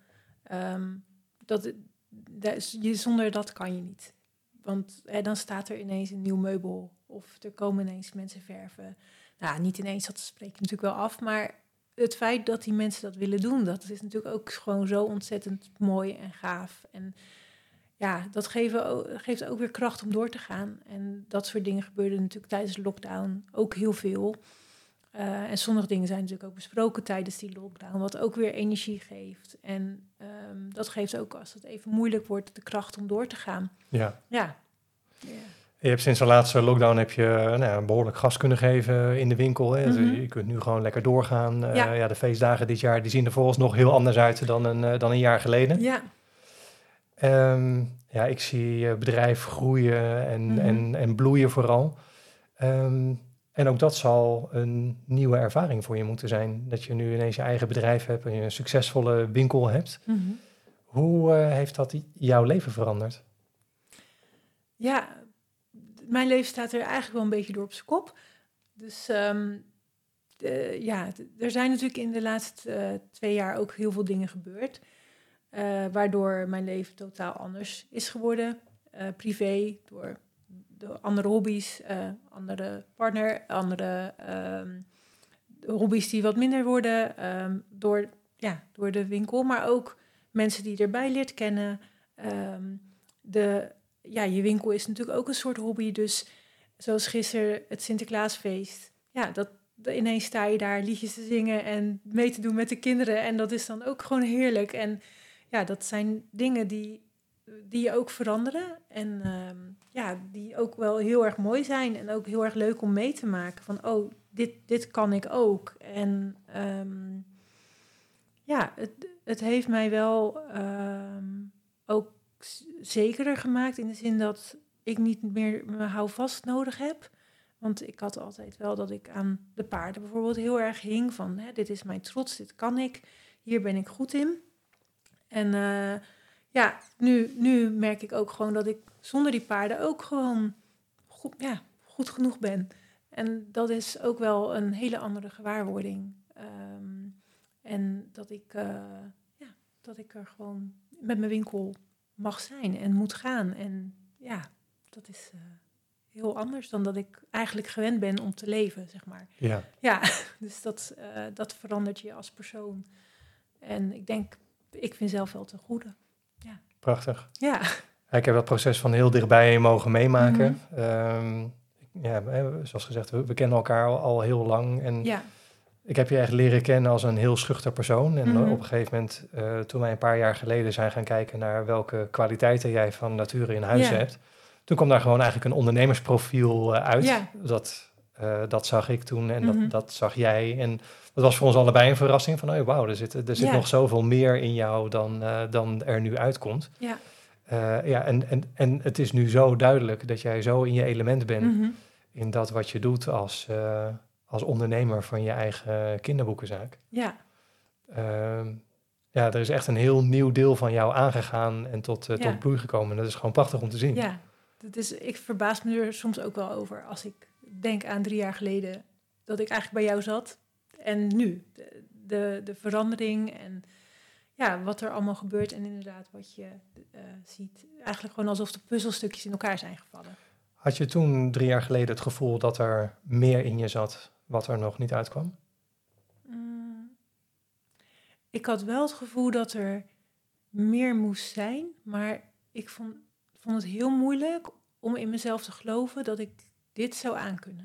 [SPEAKER 2] Zonder dat kan je niet. Want dan staat er ineens een nieuw meubel of er komen ineens mensen verven. Nou, niet ineens, dat spreek je natuurlijk wel af, maar het feit dat die mensen dat willen doen, dat is natuurlijk ook gewoon zo ontzettend mooi en gaaf. En dat geeft ook weer kracht om door te gaan. En dat soort dingen gebeurden natuurlijk tijdens de lockdown ook heel veel. En sommige dingen zijn natuurlijk ook besproken tijdens die lockdown, wat ook weer energie geeft. En dat geeft ook, als het even moeilijk wordt, de kracht om door te gaan.
[SPEAKER 1] Ja. Je hebt sinds de laatste lockdown een behoorlijk gas kunnen geven in de winkel. Hè? Mm-hmm. Dus je kunt nu gewoon lekker doorgaan. De feestdagen dit jaar die zien er volgens nog heel anders uit dan een jaar geleden. Ja. Ik zie je bedrijf groeien en bloeien vooral. En ook dat zal een nieuwe ervaring voor je moeten zijn. Dat je nu ineens je eigen bedrijf hebt en je een succesvolle winkel hebt. Mm-hmm. Hoe heeft dat jouw leven veranderd?
[SPEAKER 2] Ja, mijn leven staat er eigenlijk wel een beetje door op zijn kop. Dus er zijn natuurlijk in de laatste 2 jaar ook heel veel dingen gebeurd. Waardoor mijn leven totaal anders is geworden. Privé, door de andere hobby's, andere partner, andere hobby's die wat minder worden. Door de winkel, maar ook mensen die je erbij leert kennen. Je winkel is natuurlijk ook een soort hobby. Dus zoals gisteren het Sinterklaasfeest. Ineens sta je daar liedjes te zingen en mee te doen met de kinderen. En dat is dan ook gewoon heerlijk. En dat zijn dingen die je ook veranderen. En die ook wel heel erg mooi zijn. En ook heel erg leuk om mee te maken. Van, dit kan ik ook. En het heeft mij wel ook zekerder gemaakt in de zin dat ik niet meer mijn houvast nodig heb. Want ik had altijd wel dat ik aan de paarden bijvoorbeeld heel erg hing van, dit is mijn trots, dit kan ik, hier ben ik goed in. En nu merk ik ook gewoon dat ik zonder die paarden ook gewoon goed genoeg ben. En dat is ook wel een hele andere gewaarwording. En dat ik er gewoon met mijn winkel mag zijn en moet gaan. En dat is heel anders dan dat ik eigenlijk gewend ben om te leven, zeg maar. Ja, dus dat verandert je als persoon. En ik vind zelf wel ten goede. Ja.
[SPEAKER 1] Prachtig.
[SPEAKER 2] Ja.
[SPEAKER 1] Ik heb dat proces van heel dichtbij mogen meemaken. Zoals gezegd, we kennen elkaar al heel lang. En ik heb je echt leren kennen als een heel schuchter persoon. En op een gegeven moment, toen wij een paar jaar geleden zijn gaan kijken naar welke kwaliteiten jij van nature in huis hebt, toen kwam daar gewoon eigenlijk een ondernemersprofiel uit.
[SPEAKER 2] Ja.
[SPEAKER 1] Dat zag ik toen en dat zag jij. En dat was voor ons allebei een verrassing van, wauw, er zit nog zoveel meer in jou dan er nu uitkomt.
[SPEAKER 2] Ja.
[SPEAKER 1] En het is nu zo duidelijk dat jij zo in je element bent in dat wat je doet als ondernemer van je eigen kinderboekenzaak.
[SPEAKER 2] Ja.
[SPEAKER 1] Er is echt een heel nieuw deel van jou aangegaan en tot bloei gekomen. Dat is gewoon prachtig om te zien.
[SPEAKER 2] Ja, ik verbaas me er soms ook wel over als ik denk aan 3 jaar geleden dat ik eigenlijk bij jou zat. En nu, de verandering en wat er allemaal gebeurt en inderdaad wat je ziet. Eigenlijk gewoon alsof de puzzelstukjes in elkaar zijn gevallen.
[SPEAKER 1] Had je toen 3 jaar geleden het gevoel dat er meer in je zat wat er nog niet uitkwam?
[SPEAKER 2] Ik had wel het gevoel dat er meer moest zijn, maar ik vond het heel moeilijk om in mezelf te geloven dat ik dit zou aankunnen.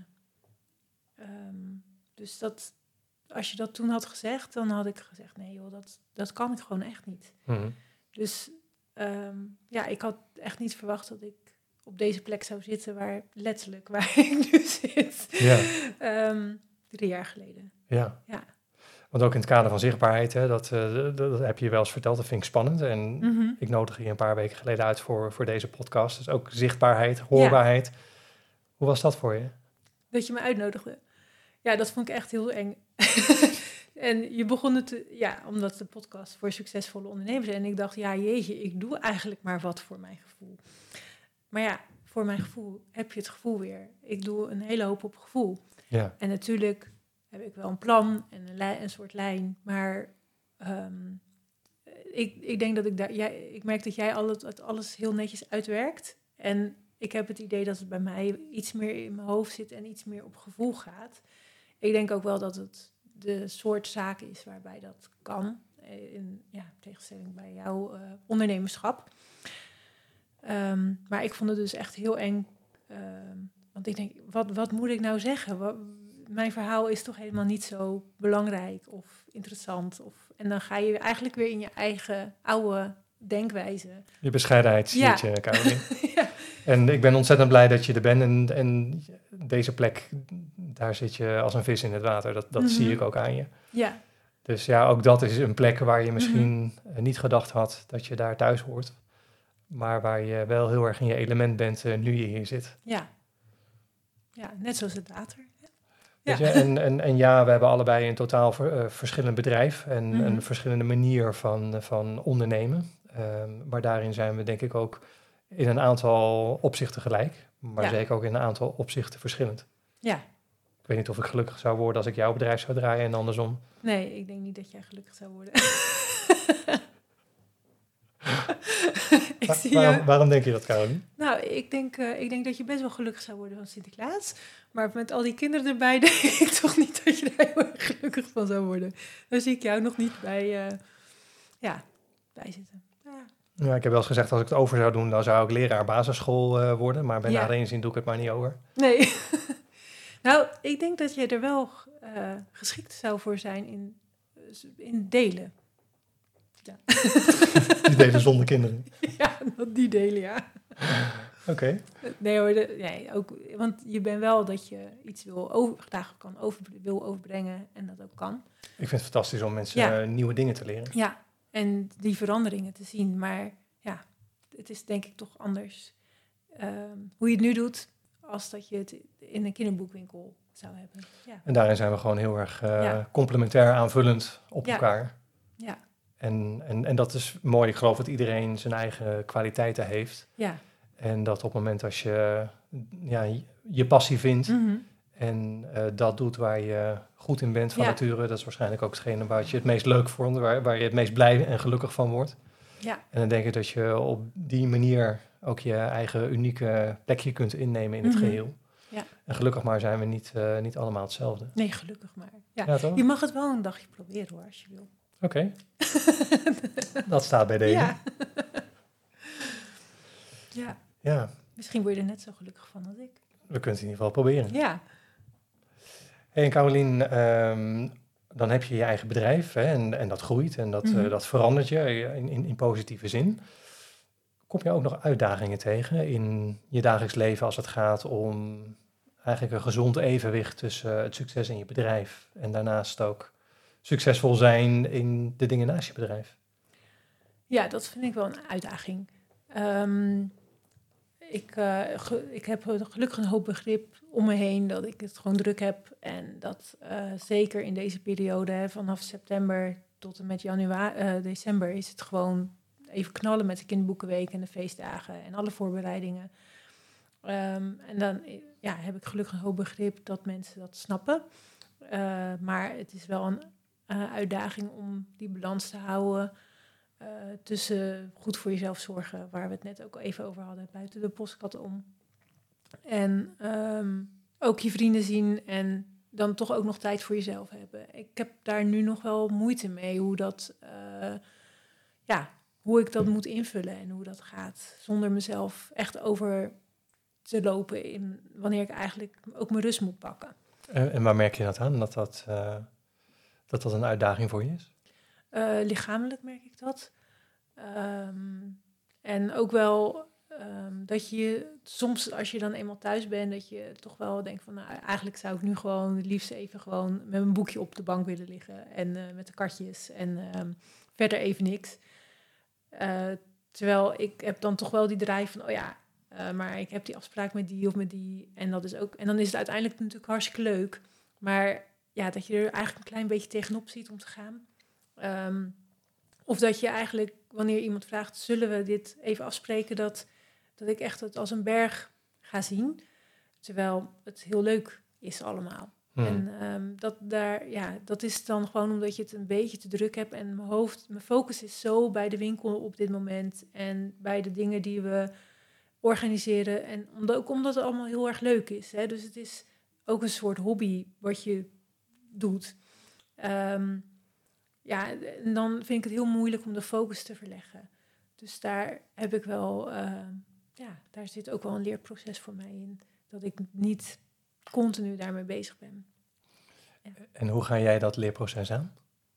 [SPEAKER 2] Dus als je dat toen had gezegd, dan had ik gezegd, nee joh, dat kan ik gewoon echt niet.
[SPEAKER 1] Mm-hmm.
[SPEAKER 2] Dus ik had echt niet verwacht dat ik op deze plek zou zitten waar ik nu zit.
[SPEAKER 1] Ja.
[SPEAKER 2] 3 jaar geleden.
[SPEAKER 1] Ja. Want ook in het kader van zichtbaarheid, dat heb je wel eens verteld, dat vind ik spannend. En ik nodig je een paar weken geleden uit voor deze podcast. Dus ook zichtbaarheid, hoorbaarheid. Ja. Hoe was dat voor je?
[SPEAKER 2] Dat je me uitnodigde. Ja, dat vond ik echt heel eng. En je begon het, omdat de podcast voor succesvolle ondernemers. En ik dacht, jeetje, ik doe eigenlijk maar wat voor mijn gevoel. Maar voor mijn gevoel heb je het gevoel weer. Ik doe een hele hoop op gevoel.
[SPEAKER 1] Ja.
[SPEAKER 2] En natuurlijk heb ik wel een plan en een soort lijn. Maar ik denk dat ik merk dat jij alles heel netjes uitwerkt. En ik heb het idee dat het bij mij iets meer in mijn hoofd zit en iets meer op gevoel gaat. Ik denk ook wel dat het de soort zaak is waarbij dat kan. In tegenstelling bij jouw ondernemerschap. Maar ik vond het dus echt heel eng. Want ik denk, wat moet ik nou zeggen? Mijn verhaal is toch helemaal niet zo belangrijk of interessant. En dan ga je eigenlijk weer in je eigen oude denkwijze.
[SPEAKER 1] Je bescheidenheid zie je, Caroline.
[SPEAKER 2] Ja.
[SPEAKER 1] En ik ben ontzettend blij dat je er bent. En deze plek, daar zit je als een vis in het water. Dat zie ik ook aan je.
[SPEAKER 2] Ja.
[SPEAKER 1] Dus ook dat is een plek waar je misschien niet gedacht had dat je daar thuis hoort. Maar waar je wel heel erg in je element bent nu je hier zit.
[SPEAKER 2] Ja, net zoals het water.
[SPEAKER 1] Weet je? En we hebben allebei een totaal verschillend bedrijf en een verschillende manier van ondernemen. Maar daarin zijn we denk ik ook in een aantal opzichten gelijk. Maar zeker ook in een aantal opzichten verschillend.
[SPEAKER 2] Ja.
[SPEAKER 1] Ik weet niet of ik gelukkig zou worden als ik jouw bedrijf zou draaien en andersom.
[SPEAKER 2] Nee, ik denk niet dat jij gelukkig zou worden.
[SPEAKER 1] Waarom denk je dat, Caroline?
[SPEAKER 2] Nou, ik denk dat je best wel gelukkig zou worden van Sinterklaas. Maar met al die kinderen erbij denk ik toch niet dat je daar heel erg gelukkig van zou worden. Daar zie ik jou nog niet bij zitten.
[SPEAKER 1] Ja, ik heb wel eens gezegd, als ik het over zou doen, dan zou ik leraar basisschool worden. Maar bij nader inzien doe ik het maar niet over.
[SPEAKER 2] Nee. Nou, ik denk dat je er wel geschikt zou voor zijn in delen. Ja.
[SPEAKER 1] Die delen zonder kinderen.
[SPEAKER 2] Ja, die delen, ja.
[SPEAKER 1] Oké.
[SPEAKER 2] Nee hoor, nee, ook, want je bent wel dat je iets graag wil overbrengen en dat ook kan.
[SPEAKER 1] Ik vind het fantastisch om mensen nieuwe dingen te leren.
[SPEAKER 2] Ja, en die veranderingen te zien. Maar ja, het is denk ik toch anders hoe je het nu doet als dat je het in een kinderboekwinkel zou hebben. Ja.
[SPEAKER 1] En daarin zijn we gewoon heel erg complementair aanvullend op elkaar.
[SPEAKER 2] Ja.
[SPEAKER 1] En dat is mooi. Ik geloof dat iedereen zijn eigen kwaliteiten heeft.
[SPEAKER 2] Ja.
[SPEAKER 1] En dat op het moment als je je passie vindt en dat doet waar je goed in bent van nature, dat is waarschijnlijk ook hetgene waar je het meest leuk vond, waar je het meest blij en gelukkig van wordt. Ja. En dan denk ik dat je op die manier ook je eigen unieke plekje kunt innemen in het geheel. Ja. En gelukkig maar zijn we niet allemaal hetzelfde.
[SPEAKER 2] Nee, gelukkig maar. Ja, je mag het wel een dagje proberen hoor, als je wil.
[SPEAKER 1] Oké. Dat staat bij deze.
[SPEAKER 2] Ja. Ja. Misschien word je er net zo gelukkig van als ik.
[SPEAKER 1] We kunnen het in ieder geval proberen.
[SPEAKER 2] Ja.
[SPEAKER 1] Hey, en Carolien, dan heb je je eigen bedrijf en dat groeit en dat verandert je in positieve zin. Kom je ook nog uitdagingen tegen in je dagelijks leven als het gaat om eigenlijk een gezond evenwicht tussen het succes in je bedrijf en daarnaast ook succesvol zijn in de dingen naast je bedrijf?
[SPEAKER 2] Ja, dat vind ik wel een uitdaging. Ik heb gelukkig een hoop begrip om me heen dat ik het gewoon druk heb. En dat zeker in deze periode, vanaf september tot en met december, is het gewoon even knallen met de kinderboekenweek en de feestdagen en alle voorbereidingen. En dan heb ik gelukkig een hoop begrip dat mensen dat snappen. Maar het is wel een uitdaging om die balans te houden tussen goed voor jezelf zorgen, waar we het net ook even over hadden, buiten de postkat om. En ook je vrienden zien en dan toch ook nog tijd voor jezelf hebben. Ik heb daar nu nog wel moeite mee, hoe ik dat moet invullen en hoe dat gaat, zonder mezelf echt over te lopen in wanneer ik eigenlijk ook mijn rust moet pakken.
[SPEAKER 1] En waar merk je dat aan, dat een uitdaging voor je is?
[SPEAKER 2] Lichamelijk merk ik dat. En ook wel dat je soms, als je dan eenmaal thuis bent, dat je toch wel denkt van, nou, eigenlijk zou ik nu gewoon het liefst even gewoon met mijn boekje op de bank willen liggen en met de katjes en verder even niks. Terwijl ik heb dan toch wel die drive van, maar ik heb die afspraak met die of met die. En dat is ook. En dan is het uiteindelijk natuurlijk hartstikke leuk. Maar ja, dat je er eigenlijk een klein beetje tegenop ziet om te gaan. Of dat je eigenlijk, wanneer iemand vraagt, zullen we dit even afspreken, dat ik echt het als een berg ga zien. Terwijl het heel leuk is allemaal. En dat is dan gewoon omdat je het een beetje te druk hebt. En mijn focus is zo bij de winkel op dit moment. En bij de dingen die we organiseren. En omdat het allemaal heel erg leuk is. Hè? Dus het is ook een soort hobby wat je doet. En dan vind ik het heel moeilijk om de focus te verleggen. Dus daar heb ik wel, daar zit ook wel een leerproces voor mij in. Dat ik niet continu daarmee bezig ben. Ja.
[SPEAKER 1] En hoe ga jij dat leerproces aan?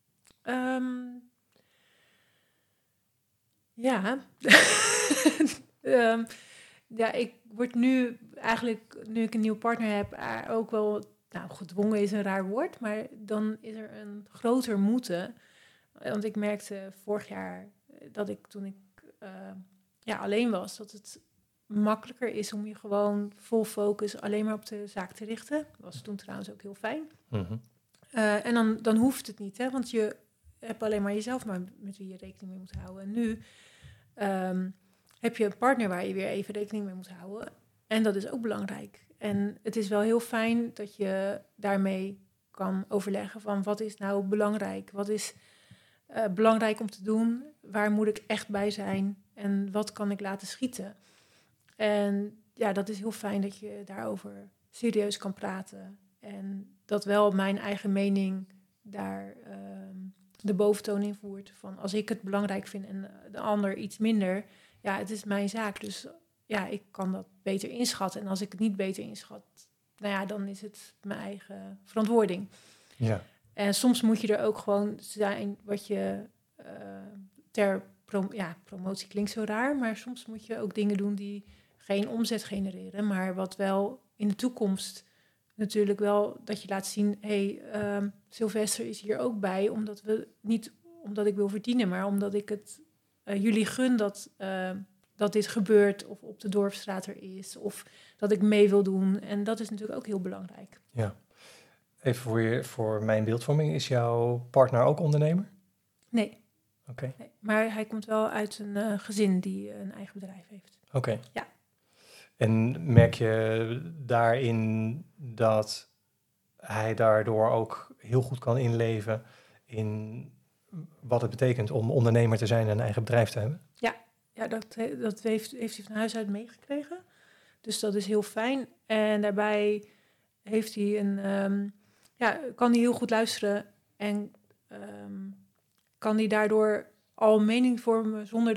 [SPEAKER 2] Ik word nu eigenlijk, nu ik een nieuwe partner heb, ook wel, gedwongen is een raar woord, maar dan is er een groter moeten. Want ik merkte vorig jaar dat toen ik alleen was, dat het makkelijker is om je gewoon vol focus alleen maar op de zaak te richten. Dat was toen trouwens ook heel fijn. Mm-hmm. En dan hoeft het niet, hè, want je hebt alleen maar jezelf maar met wie je rekening mee moet houden. En nu heb je een partner waar je weer even rekening mee moet houden. En dat is ook belangrijk. En het is wel heel fijn dat je daarmee kan overleggen van wat is nou belangrijk? Wat is belangrijk om te doen? Waar moet ik echt bij zijn? En wat kan ik laten schieten? En ja, dat is heel fijn dat je daarover serieus kan praten. En dat wel mijn eigen mening daar de boventoon in voert. Van als ik het belangrijk vind en de ander iets minder, ja, het is mijn zaak. Dus ja, ik kan dat beter inschatten. En als ik het niet beter inschat, dan is het mijn eigen verantwoording. Ja. En soms moet je er ook gewoon zijn wat je promotie klinkt zo raar, maar soms moet je ook dingen doen die geen omzet genereren, maar wat wel in de toekomst natuurlijk wel dat je laat zien, Sylvester is hier ook bij, niet omdat ik wil verdienen, maar omdat ik het jullie gun dat dit gebeurt of op de Dorpsstraat er is of dat ik mee wil doen. En dat is natuurlijk ook heel belangrijk.
[SPEAKER 1] Ja. Even voor mijn beeldvorming, is jouw partner ook ondernemer?
[SPEAKER 2] Nee.
[SPEAKER 1] Oké.
[SPEAKER 2] Nee, maar hij komt wel uit een gezin die een eigen bedrijf heeft.
[SPEAKER 1] Oké.
[SPEAKER 2] Ja.
[SPEAKER 1] En merk je daarin dat hij daardoor ook heel goed kan inleven in wat het betekent om ondernemer te zijn en een eigen bedrijf te hebben?
[SPEAKER 2] Ja, dat heeft hij van huis uit meegekregen. Dus dat is heel fijn. En daarbij heeft hij kan hij heel goed luisteren en kan hij daardoor al mening vormen zonder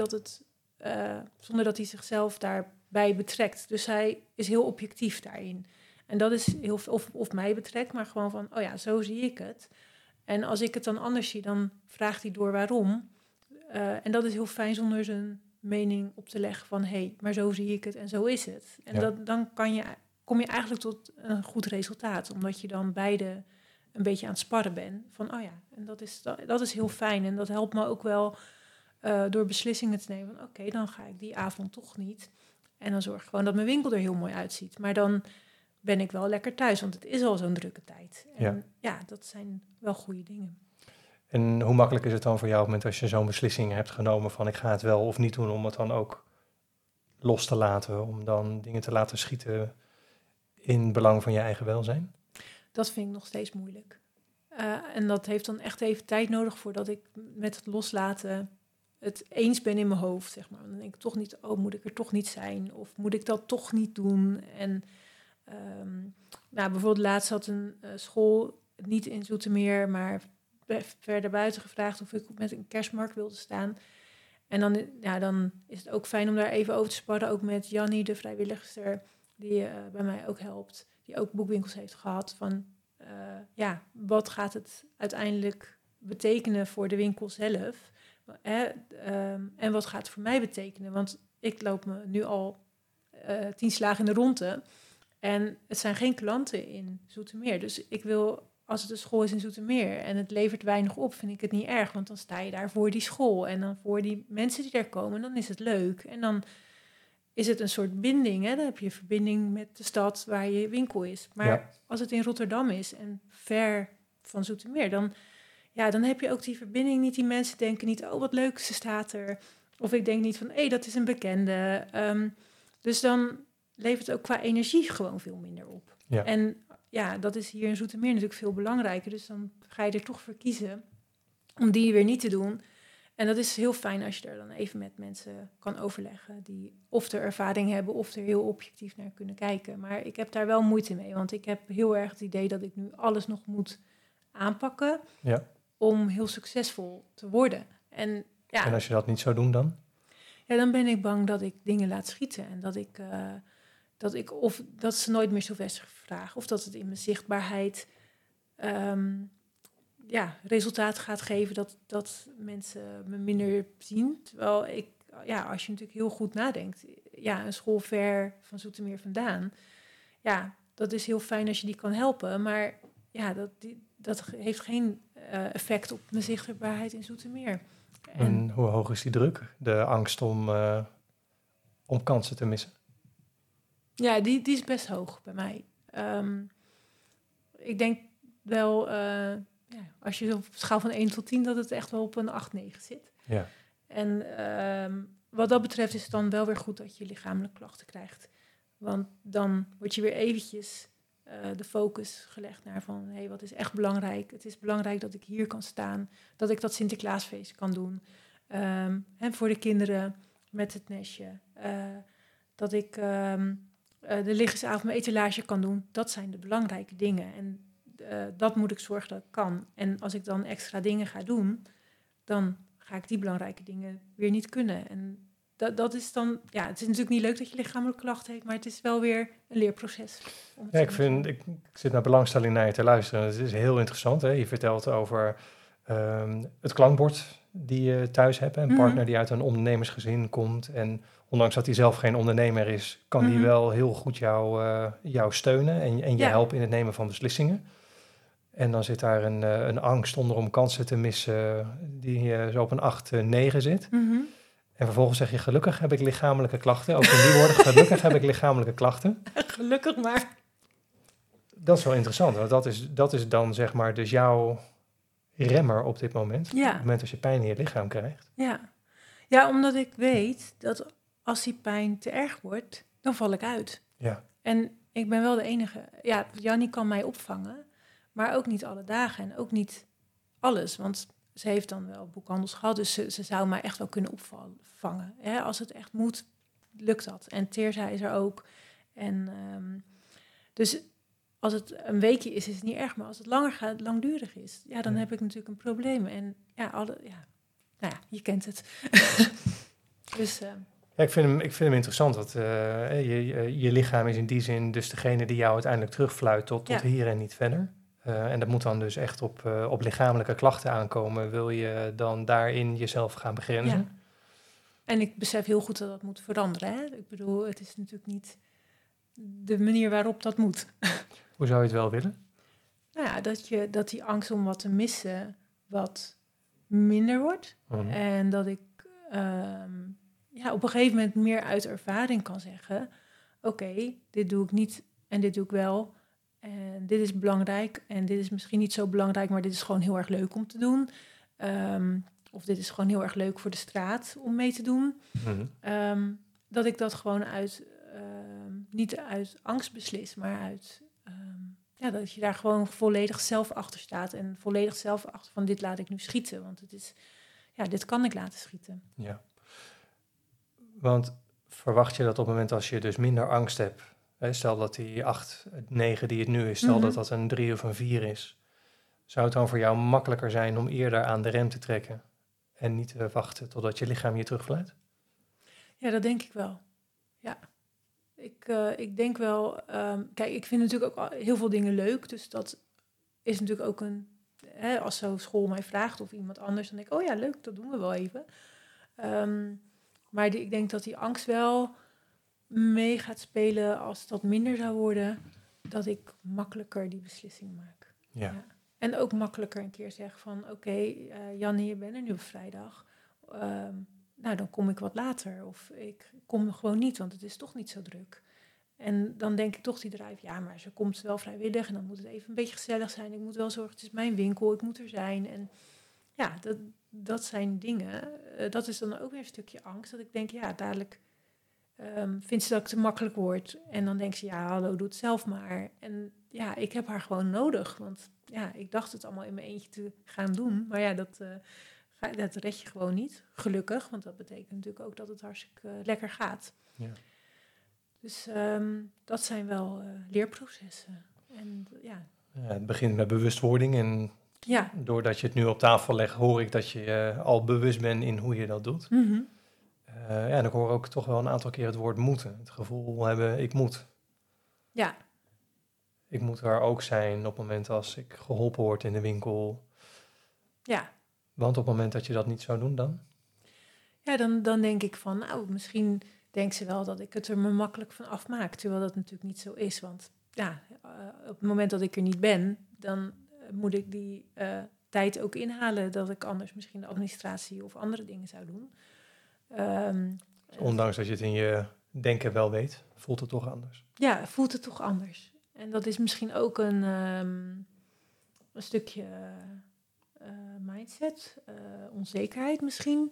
[SPEAKER 2] dat hij zichzelf daarbij betrekt. Dus hij is heel objectief daarin. En dat is heel of mij betrekt, maar gewoon van, oh ja, zo zie ik het. En als ik het dan anders zie, dan vraagt hij door waarom. En dat is heel fijn zonder zijn mening op te leggen van, maar zo zie ik het en zo is het. En dan kom je eigenlijk tot een goed resultaat, omdat je dan beide een beetje aan het sparren bent. Van, oh ja, en dat is heel fijn. En dat helpt me ook wel door beslissingen te nemen. Van, oké, dan ga ik die avond toch niet. En dan zorg ik gewoon dat mijn winkel er heel mooi uitziet. Maar dan ben ik wel lekker thuis, want het is al zo'n drukke tijd. En dat zijn wel goede dingen.
[SPEAKER 1] En hoe makkelijk is het dan voor jou op het moment als je zo'n beslissing hebt genomen van ik ga het wel of niet doen, om het dan ook los te laten, om dan dingen te laten schieten in belang van je eigen welzijn?
[SPEAKER 2] Dat vind ik nog steeds moeilijk. En dat heeft dan echt even tijd nodig voordat ik met het loslaten het eens ben in mijn hoofd, zeg maar. Dan denk ik toch niet, moet ik er toch niet zijn? Of moet ik dat toch niet doen? En bijvoorbeeld laatst had een school, niet in Zoetermeer, maar verder buiten gevraagd of ik met een kerstmarkt wilde staan. En dan is het ook fijn om daar even over te sparren, ook met Jannie, de vrijwilligster, die bij mij ook helpt, die ook boekwinkels heeft gehad, van wat gaat het uiteindelijk betekenen voor de winkel zelf? En wat gaat het voor mij betekenen? Want ik loop me nu al 10 slagen in de ronde en het zijn geen klanten in Zoetermeer. Dus ik wil, als het een school is in Zoetermeer en het levert weinig op, vind ik het niet erg, want dan sta je daar voor die school en dan voor die mensen die daar komen, dan is het leuk. En dan is het een soort binding, hè? Dan heb je verbinding met de stad waar je winkel is. Maar als het in Rotterdam is en ver van Zoetermeer, dan heb je ook die verbinding niet. Die mensen denken niet, oh, wat leuk, ze staat er. Of ik denk niet van, dat is een bekende. Dus dan levert het ook qua energie gewoon veel minder op.
[SPEAKER 1] Ja.
[SPEAKER 2] En dat is hier in Zoetermeer natuurlijk veel belangrijker. Dus dan ga je er toch voor kiezen om die weer niet te doen. En dat is heel fijn als je er dan even met mensen kan overleggen die of de ervaring hebben of er heel objectief naar kunnen kijken. Maar ik heb daar wel moeite mee, want ik heb heel erg het idee dat ik nu alles nog moet aanpakken om heel succesvol te worden. En
[SPEAKER 1] als je dat niet zou doen dan?
[SPEAKER 2] Ja, dan ben ik bang dat ik dingen laat schieten en dat ze nooit meer Sylvester vragen of dat het in mijn zichtbaarheid resultaat gaat geven dat mensen me minder zien. Terwijl als je natuurlijk heel goed nadenkt, een school ver van Zoetermeer vandaan, dat is heel fijn als je die kan helpen, maar dat heeft geen effect op mijn zichtbaarheid in Zoetermeer.
[SPEAKER 1] En hoe hoog is die druk? De angst om kansen te missen?
[SPEAKER 2] Ja, die is best hoog bij mij. Ik denk wel, als je op een schaal van 1 tot 10, dat het echt wel op een 8, 9 zit.
[SPEAKER 1] Ja.
[SPEAKER 2] En wat dat betreft is het dan wel weer goed dat je lichamelijke klachten krijgt. Want dan word je weer eventjes de focus gelegd naar van, wat is echt belangrijk? Het is belangrijk dat ik hier kan staan, dat ik dat Sinterklaasfeest kan doen. En voor de kinderen met het nestje. Dat ik de liggensavond mijn etalage kan doen. Dat zijn de belangrijke dingen. En dat moet ik zorgen dat ik kan. En als ik dan extra dingen ga doen, dan ga ik die belangrijke dingen weer niet kunnen. En dat is dan, het is natuurlijk niet leuk dat je lichamelijke klachten heeft, maar het is wel weer een leerproces.
[SPEAKER 1] Ik zit met belangstelling naar je te luisteren. Het is heel interessant. Hè? Je vertelt over het klankbord die je thuis hebt. Een partner die uit een ondernemersgezin komt. En ondanks dat hij zelf geen ondernemer is, kan die wel heel goed jou steunen en je helpen in het nemen van beslissingen. En dan zit daar een angst onder om kansen te missen die zo op een 8, 9 zit.
[SPEAKER 2] Mm-hmm.
[SPEAKER 1] En vervolgens zeg je, gelukkig heb ik lichamelijke klachten. Ook in die woorden, gelukkig heb ik lichamelijke klachten.
[SPEAKER 2] Gelukkig maar.
[SPEAKER 1] Dat is wel interessant, want dat is dan zeg maar dus jouw remmer op dit moment.
[SPEAKER 2] Ja.
[SPEAKER 1] Op het moment als je pijn in je lichaam krijgt.
[SPEAKER 2] Ja, omdat ik weet dat als die pijn te erg wordt, dan val ik uit.
[SPEAKER 1] Ja.
[SPEAKER 2] En ik ben wel de enige... Ja, Jannie kan mij opvangen, maar ook niet alle dagen en ook niet alles. Want ze heeft dan wel boekhandels gehad, dus ze zou mij echt wel kunnen opvangen. Ja, als het echt moet, lukt dat. En Teersa is er ook. En dus als het een weekje is het niet erg. Maar als het langer gaat, langdurig is, ja, dan heb ik natuurlijk een probleem. En ja, nou ja, je kent het. Dus...
[SPEAKER 1] Ja, ik vind hem interessant, want je lichaam is in die zin dus degene die jou uiteindelijk terugfluit tot hier en niet verder. En dat moet dan dus echt op lichamelijke klachten aankomen. Wil je dan daarin jezelf gaan begrenzen?
[SPEAKER 2] Ja. En ik besef heel goed dat dat moet veranderen. Hè? Ik bedoel, het is natuurlijk niet de manier waarop dat moet.
[SPEAKER 1] Hoe zou je het wel willen?
[SPEAKER 2] Nou ja, dat die angst om wat te missen wat minder wordt. En dat ik op een gegeven moment meer uit ervaring kan zeggen... Oké, dit doe ik niet en dit doe ik wel... En dit is belangrijk en dit is misschien niet zo belangrijk... maar dit is gewoon heel erg leuk om te doen. Of dit is gewoon heel erg leuk voor de straat om mee te doen. Dat ik dat gewoon niet uit angst beslis... maar uit dat je daar gewoon volledig zelf achter staat... en volledig zelf achter van dit laat ik nu schieten. Want het is, dit kan ik laten schieten.
[SPEAKER 1] Ja. Want verwacht je dat op het moment als je dus minder angst hebt... Stel dat die 8, 9 die het nu is, stel dat een 3 of een 4 is. Zou het dan voor jou makkelijker zijn om eerder aan de rem te trekken en niet te wachten totdat je lichaam je terugfluit?
[SPEAKER 2] Ja, dat denk ik wel. Ja. Ik denk wel... kijk, ik vind natuurlijk ook heel veel dingen leuk. Dus dat is natuurlijk ook een... als zo school mij vraagt of iemand anders, dan denk ik, oh ja, leuk, dat doen we wel even. Maar ik denk dat die angst wel mee gaat spelen als dat minder zou worden, dat ik makkelijker die beslissing maak. Ja. En ook makkelijker een keer zeg van, oké, Jannie, je bent er nu op vrijdag. Nou, dan kom ik wat later. Of ik kom gewoon niet, want het is toch niet zo druk. En dan denk ik toch die drive, ja, maar ze komt wel vrijwillig en dan moet het even een beetje gezellig zijn. Ik moet wel zorgen, het is mijn winkel, ik moet er zijn. En ja, dat zijn dingen. Dat is dan ook weer een stukje angst. Dat ik denk, ja, dadelijk vindt ze dat ik te makkelijk word. En dan denkt ze, ja, hallo, doe het zelf maar. En ja, ik heb haar gewoon nodig. Want ja, ik dacht het allemaal in mijn eentje te gaan doen. Maar ja, dat red je gewoon niet, gelukkig. Want dat betekent natuurlijk ook dat het hartstikke lekker gaat.
[SPEAKER 1] Ja.
[SPEAKER 2] Dus dat zijn wel leerprocessen. En ja, het
[SPEAKER 1] begint met bewustwording en doordat je het nu op tafel legt, hoor ik dat je al bewust bent in hoe je dat doet.
[SPEAKER 2] Mm-hmm.
[SPEAKER 1] En ik hoor ook toch wel een aantal keer het woord moeten. Het gevoel hebben, ik moet.
[SPEAKER 2] Ja.
[SPEAKER 1] Ik moet er ook zijn op het moment als ik geholpen word in de winkel.
[SPEAKER 2] Ja.
[SPEAKER 1] Want op het moment dat je dat niet zou doen dan?
[SPEAKER 2] Ja, dan denk ik van, nou, misschien denkt ze wel dat ik het er me makkelijk van afmaak. Terwijl dat natuurlijk niet zo is. Want ja, op het moment dat ik er niet ben, dan moet ik die tijd ook inhalen dat ik anders misschien de administratie of andere dingen zou doen.
[SPEAKER 1] Ondanks dat je het in je denken wel weet, voelt het toch anders?
[SPEAKER 2] Ja, voelt het toch anders. En dat is misschien ook een stukje mindset, onzekerheid misschien.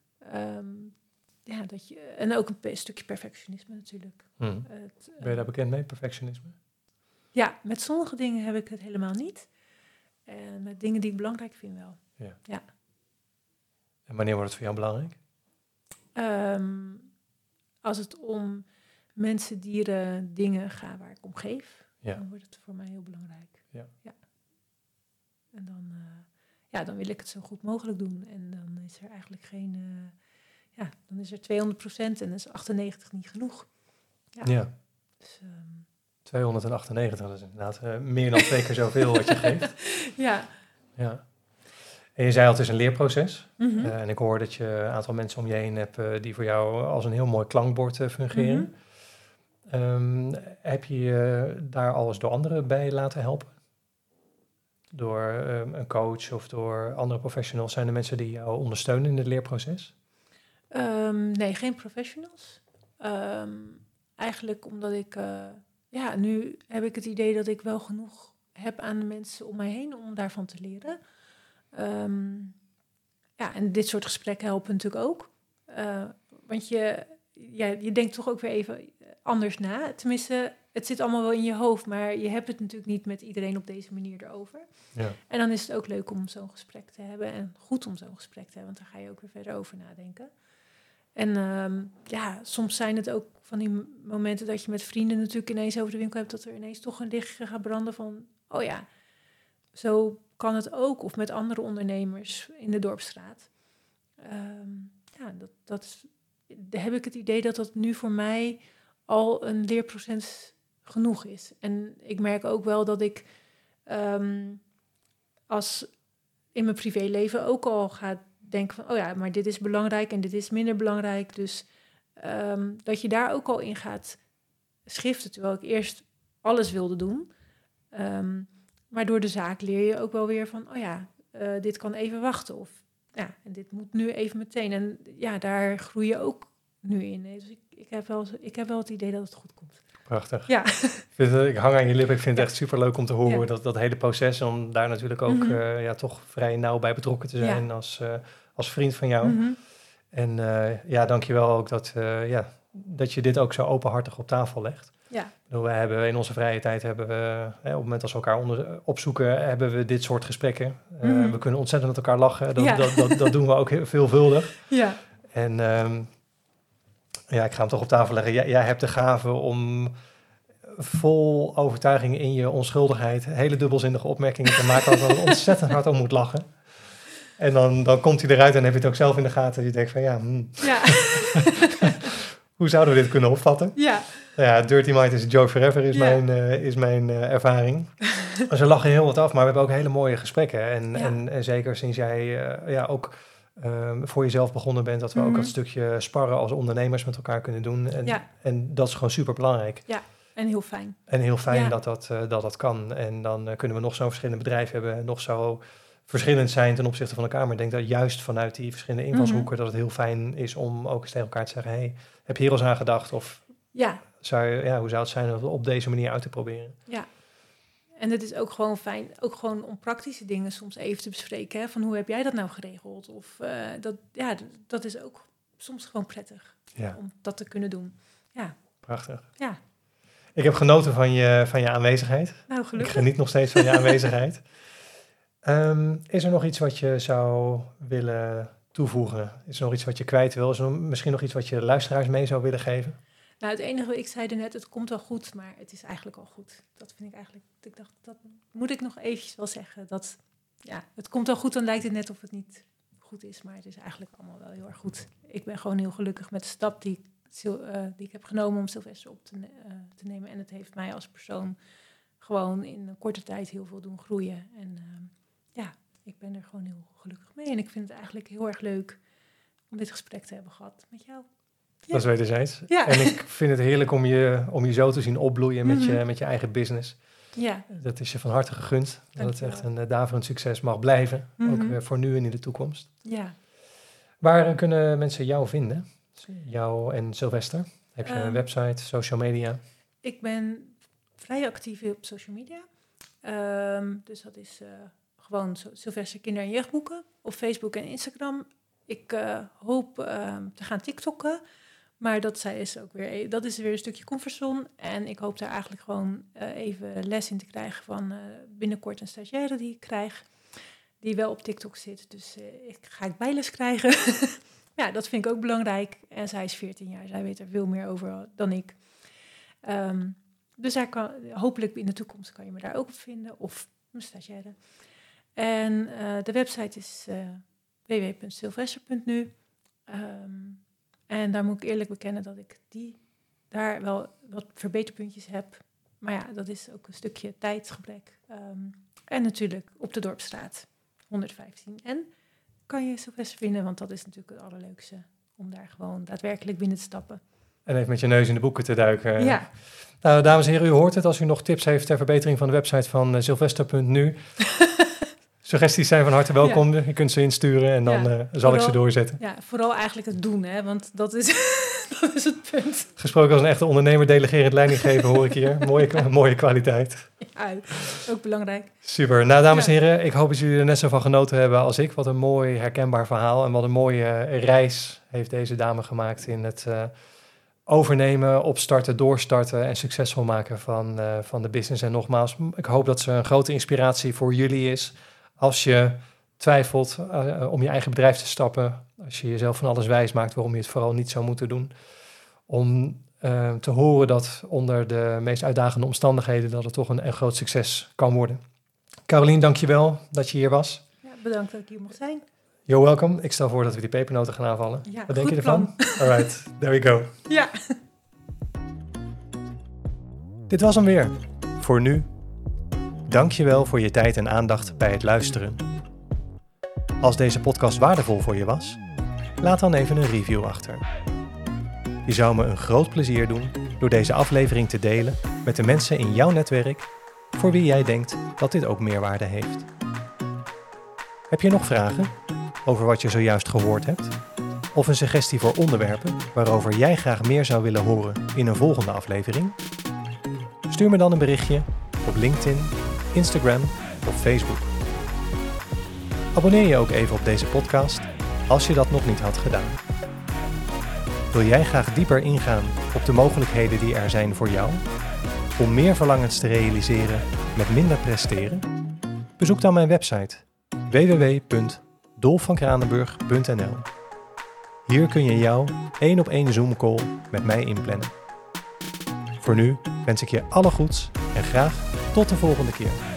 [SPEAKER 2] En ook een stukje perfectionisme natuurlijk.
[SPEAKER 1] Ben je daar bekend mee, perfectionisme?
[SPEAKER 2] Ja, met sommige dingen heb ik het helemaal niet. En met dingen die ik belangrijk vind wel. Ja.
[SPEAKER 1] En wanneer wordt het voor jou belangrijk?
[SPEAKER 2] Als het om mensen, dieren, dingen gaat waar ik om geef, dan wordt het voor mij heel belangrijk. Ja. En dan wil ik het zo goed mogelijk doen. En dan is er eigenlijk geen... dan is er 200% en dan is 98 niet genoeg.
[SPEAKER 1] Ja.
[SPEAKER 2] Dus,
[SPEAKER 1] 298, dat is inderdaad meer dan 2 keer zoveel wat je geeft.
[SPEAKER 2] Ja.
[SPEAKER 1] En je zei al, het is een leerproces.
[SPEAKER 2] Mhm.
[SPEAKER 1] En ik hoor dat je een aantal mensen om je heen hebt die voor jou als een heel mooi klankbord fungeren. Heb je je daar alles door anderen bij laten helpen? Door een coach of door andere professionals? Zijn er mensen die jou ondersteunen in het leerproces?
[SPEAKER 2] Nee, geen professionals. Eigenlijk omdat ik... nu heb ik het idee dat ik wel genoeg heb aan de mensen om mij heen om daarvan te leren. En dit soort gesprekken helpen natuurlijk ook. Want je denkt toch ook weer even anders na. Tenminste, het zit allemaal wel in je hoofd, maar je hebt het natuurlijk niet met iedereen op deze manier erover.
[SPEAKER 1] Ja.
[SPEAKER 2] En dan is het ook leuk om zo'n gesprek te hebben en goed om zo'n gesprek te hebben, want daar ga je ook weer verder over nadenken. En soms zijn het ook van die momenten dat je met vrienden natuurlijk ineens over de winkel hebt, dat er ineens toch een lichtje gaat branden van, oh ja, zo kan het ook. Of met andere ondernemers in de Dorpsstraat. Daar heb ik het idee dat dat nu voor mij al een leerproces genoeg is. En ik merk ook wel dat ik als in mijn privéleven ook al ga denken van, oh ja, maar dit is belangrijk en dit is minder belangrijk. Dus dat je daar ook al in gaat schiften, terwijl ik eerst alles wilde doen. Maar door de zaak leer je ook wel weer van, oh ja, dit kan even wachten. Of ja, en dit moet nu even meteen. En ja, daar groei je ook nu in. Dus ik heb wel het idee dat het goed komt.
[SPEAKER 1] Prachtig.
[SPEAKER 2] Ja.
[SPEAKER 1] Ik hang aan je lippen. Ik vind het echt super leuk om te horen dat hele proces. Om daar natuurlijk ook toch vrij nauw bij betrokken te zijn als vriend van jou.
[SPEAKER 2] Mm-hmm.
[SPEAKER 1] En dankjewel ook dat je dit ook zo openhartig op tafel legt.
[SPEAKER 2] Ja.
[SPEAKER 1] We hebben in onze vrije tijd op het moment als we elkaar opzoeken, hebben we dit soort gesprekken. We kunnen ontzettend met elkaar lachen. Dat doen we ook heel veelvuldig.
[SPEAKER 2] Ja.
[SPEAKER 1] En ik ga hem toch op tafel leggen. Jij hebt de gave om vol overtuiging in je onschuldigheid hele dubbelzinnige opmerkingen te maken waar we ontzettend hard om moet lachen. En dan komt hij eruit en heb je het ook zelf in de gaten. Je denkt van ja. Hoe zouden we dit kunnen opvatten?
[SPEAKER 2] Ja.
[SPEAKER 1] Ja, Dirty Mind is a joke forever, is mijn ervaring. Ze lachen heel wat af, maar we hebben ook hele mooie gesprekken. En zeker sinds jij ook voor jezelf begonnen bent, dat we ook dat stukje sparren als ondernemers met elkaar kunnen doen. En dat is gewoon super belangrijk.
[SPEAKER 2] Ja, en heel fijn.
[SPEAKER 1] En heel fijn dat kan. En dan kunnen we nog zo'n verschillende bedrijven hebben, nog zo verschillend zijn ten opzichte van elkaar. Maar ik denk dat juist vanuit die verschillende invalshoeken dat het heel fijn is om ook eens tegen elkaar te zeggen, hey, heb je hier al eens aan gedacht? Of hoe zou het zijn om op deze manier uit te proberen?
[SPEAKER 2] Ja, en het is ook gewoon fijn, ook gewoon om praktische dingen soms even te bespreken. Hè? Van hoe heb jij dat nou geregeld? Of dat is ook soms gewoon prettig om dat te kunnen doen. Ja.
[SPEAKER 1] Prachtig.
[SPEAKER 2] Ja.
[SPEAKER 1] Ik heb genoten van je aanwezigheid.
[SPEAKER 2] Nou, gelukkig.
[SPEAKER 1] Ik geniet nog steeds van je aanwezigheid. Is er nog iets wat je zou willen toevoegen? Is er nog iets wat je kwijt wil? Is er misschien nog iets wat je de luisteraars mee zou willen geven?
[SPEAKER 2] Nou, het enige, ik zei er net, het komt wel goed, maar het is eigenlijk al goed. Dat vind ik eigenlijk, ik dacht, dat moet ik nog eventjes wel zeggen. Dat, het komt wel goed, dan lijkt het net of het niet goed is, maar het is eigenlijk allemaal wel heel erg goed. Ik ben gewoon heel gelukkig met de stap die ik heb genomen om Sylvester op te nemen. En het heeft mij als persoon gewoon in een korte tijd heel veel doen groeien. En ik ben er gewoon heel gelukkig mee. En ik vind het eigenlijk heel erg leuk om dit gesprek te hebben gehad met jou. Ja.
[SPEAKER 1] Dat is wederzijds.
[SPEAKER 2] Ja.
[SPEAKER 1] En ik vind het heerlijk om je zo te zien opbloeien met je eigen business.
[SPEAKER 2] Ja.
[SPEAKER 1] Dat is je van harte gegund. Dat het echt een daverend succes mag blijven. Ook voor nu en in de toekomst.
[SPEAKER 2] Ja.
[SPEAKER 1] Waar kunnen mensen jou vinden? Jou en Sylvester? Heb je een website, social media?
[SPEAKER 2] Ik ben vrij actief op social media. Dus dat is gewoon Sylvester Kinder- en Jeugdboeken op Facebook en Instagram. Ik hoop te gaan TikTokken, maar dat is weer een stukje comfortzone. En ik hoop daar eigenlijk gewoon even les in te krijgen van binnenkort een stagiaire die ik krijg, die wel op TikTok zit. Dus ga ik bijles krijgen. Ja, dat vind ik ook belangrijk. En zij is 14 jaar, zij weet er veel meer over dan ik. Dus hopelijk in de toekomst kan je me daar ook op vinden, of een stagiaire. En de website is www.sylvester.nu. En daar moet ik eerlijk bekennen dat ik daar wel wat verbeterpuntjes heb. Maar ja, dat is ook een stukje tijdsgebrek. En natuurlijk op de Dorpsstraat, 115. En kan je Sylvester vinden, want dat is natuurlijk het allerleukste. Om daar gewoon daadwerkelijk binnen te stappen.
[SPEAKER 1] En even met je neus in de boeken te duiken.
[SPEAKER 2] Ja.
[SPEAKER 1] Nou, dames en heren, u hoort het. Als u nog tips heeft ter verbetering van de website van Sylvester.nu. Suggesties zijn van harte welkom. Je kunt ze insturen en dan zal ik ze doorzetten.
[SPEAKER 2] Ja, vooral eigenlijk het doen, hè, want dat is, dat is het punt.
[SPEAKER 1] Gesproken als een echte ondernemer, delegerend leidinggeven hoor ik hier. Mooie kwaliteit.
[SPEAKER 2] Ja, ook belangrijk.
[SPEAKER 1] Super. Nou, dames en heren, ik hoop dat jullie er net zo van genoten hebben als ik. Wat een mooi herkenbaar verhaal en wat een mooie reis heeft deze dame gemaakt in het overnemen, opstarten, doorstarten en succesvol maken van de business. En nogmaals, ik hoop dat ze een grote inspiratie voor jullie is. Als je twijfelt om je eigen bedrijf te stappen, als je jezelf van alles wijs maakt waarom je het vooral niet zou moeten doen, om te horen dat onder de meest uitdagende omstandigheden dat het toch een groot succes kan worden. Carolien, dankjewel dat je hier was.
[SPEAKER 2] Ja, bedankt dat ik hier mocht zijn.
[SPEAKER 1] You're welcome. Ik stel voor dat we die pepernoten gaan aanvallen.
[SPEAKER 2] Ja,
[SPEAKER 1] wat denk je ervan? All right, there we go.
[SPEAKER 2] Ja.
[SPEAKER 1] Dit was hem weer. Voor nu, dankjewel voor je tijd en aandacht bij het luisteren. Als deze podcast waardevol voor je was, laat dan even een review achter. Je zou me een groot plezier doen door deze aflevering te delen met de mensen in jouw netwerk voor wie jij denkt dat dit ook meerwaarde heeft. Heb je nog vragen over wat je zojuist gehoord hebt? Of een suggestie voor onderwerpen waarover jij graag meer zou willen horen in een volgende aflevering? Stuur me dan een berichtje op LinkedIn, Instagram of Facebook. Abonneer je ook even op deze podcast als je dat nog niet had gedaan. Wil jij graag dieper ingaan op de mogelijkheden die er zijn voor jou om meer verlangens te realiseren met minder presteren? Bezoek dan mijn website www.dolfvankranenburg.nl. Hier kun je jouw 1-op-1 Zoom call met mij inplannen. Voor nu wens ik je alle goeds en graag tot de volgende keer.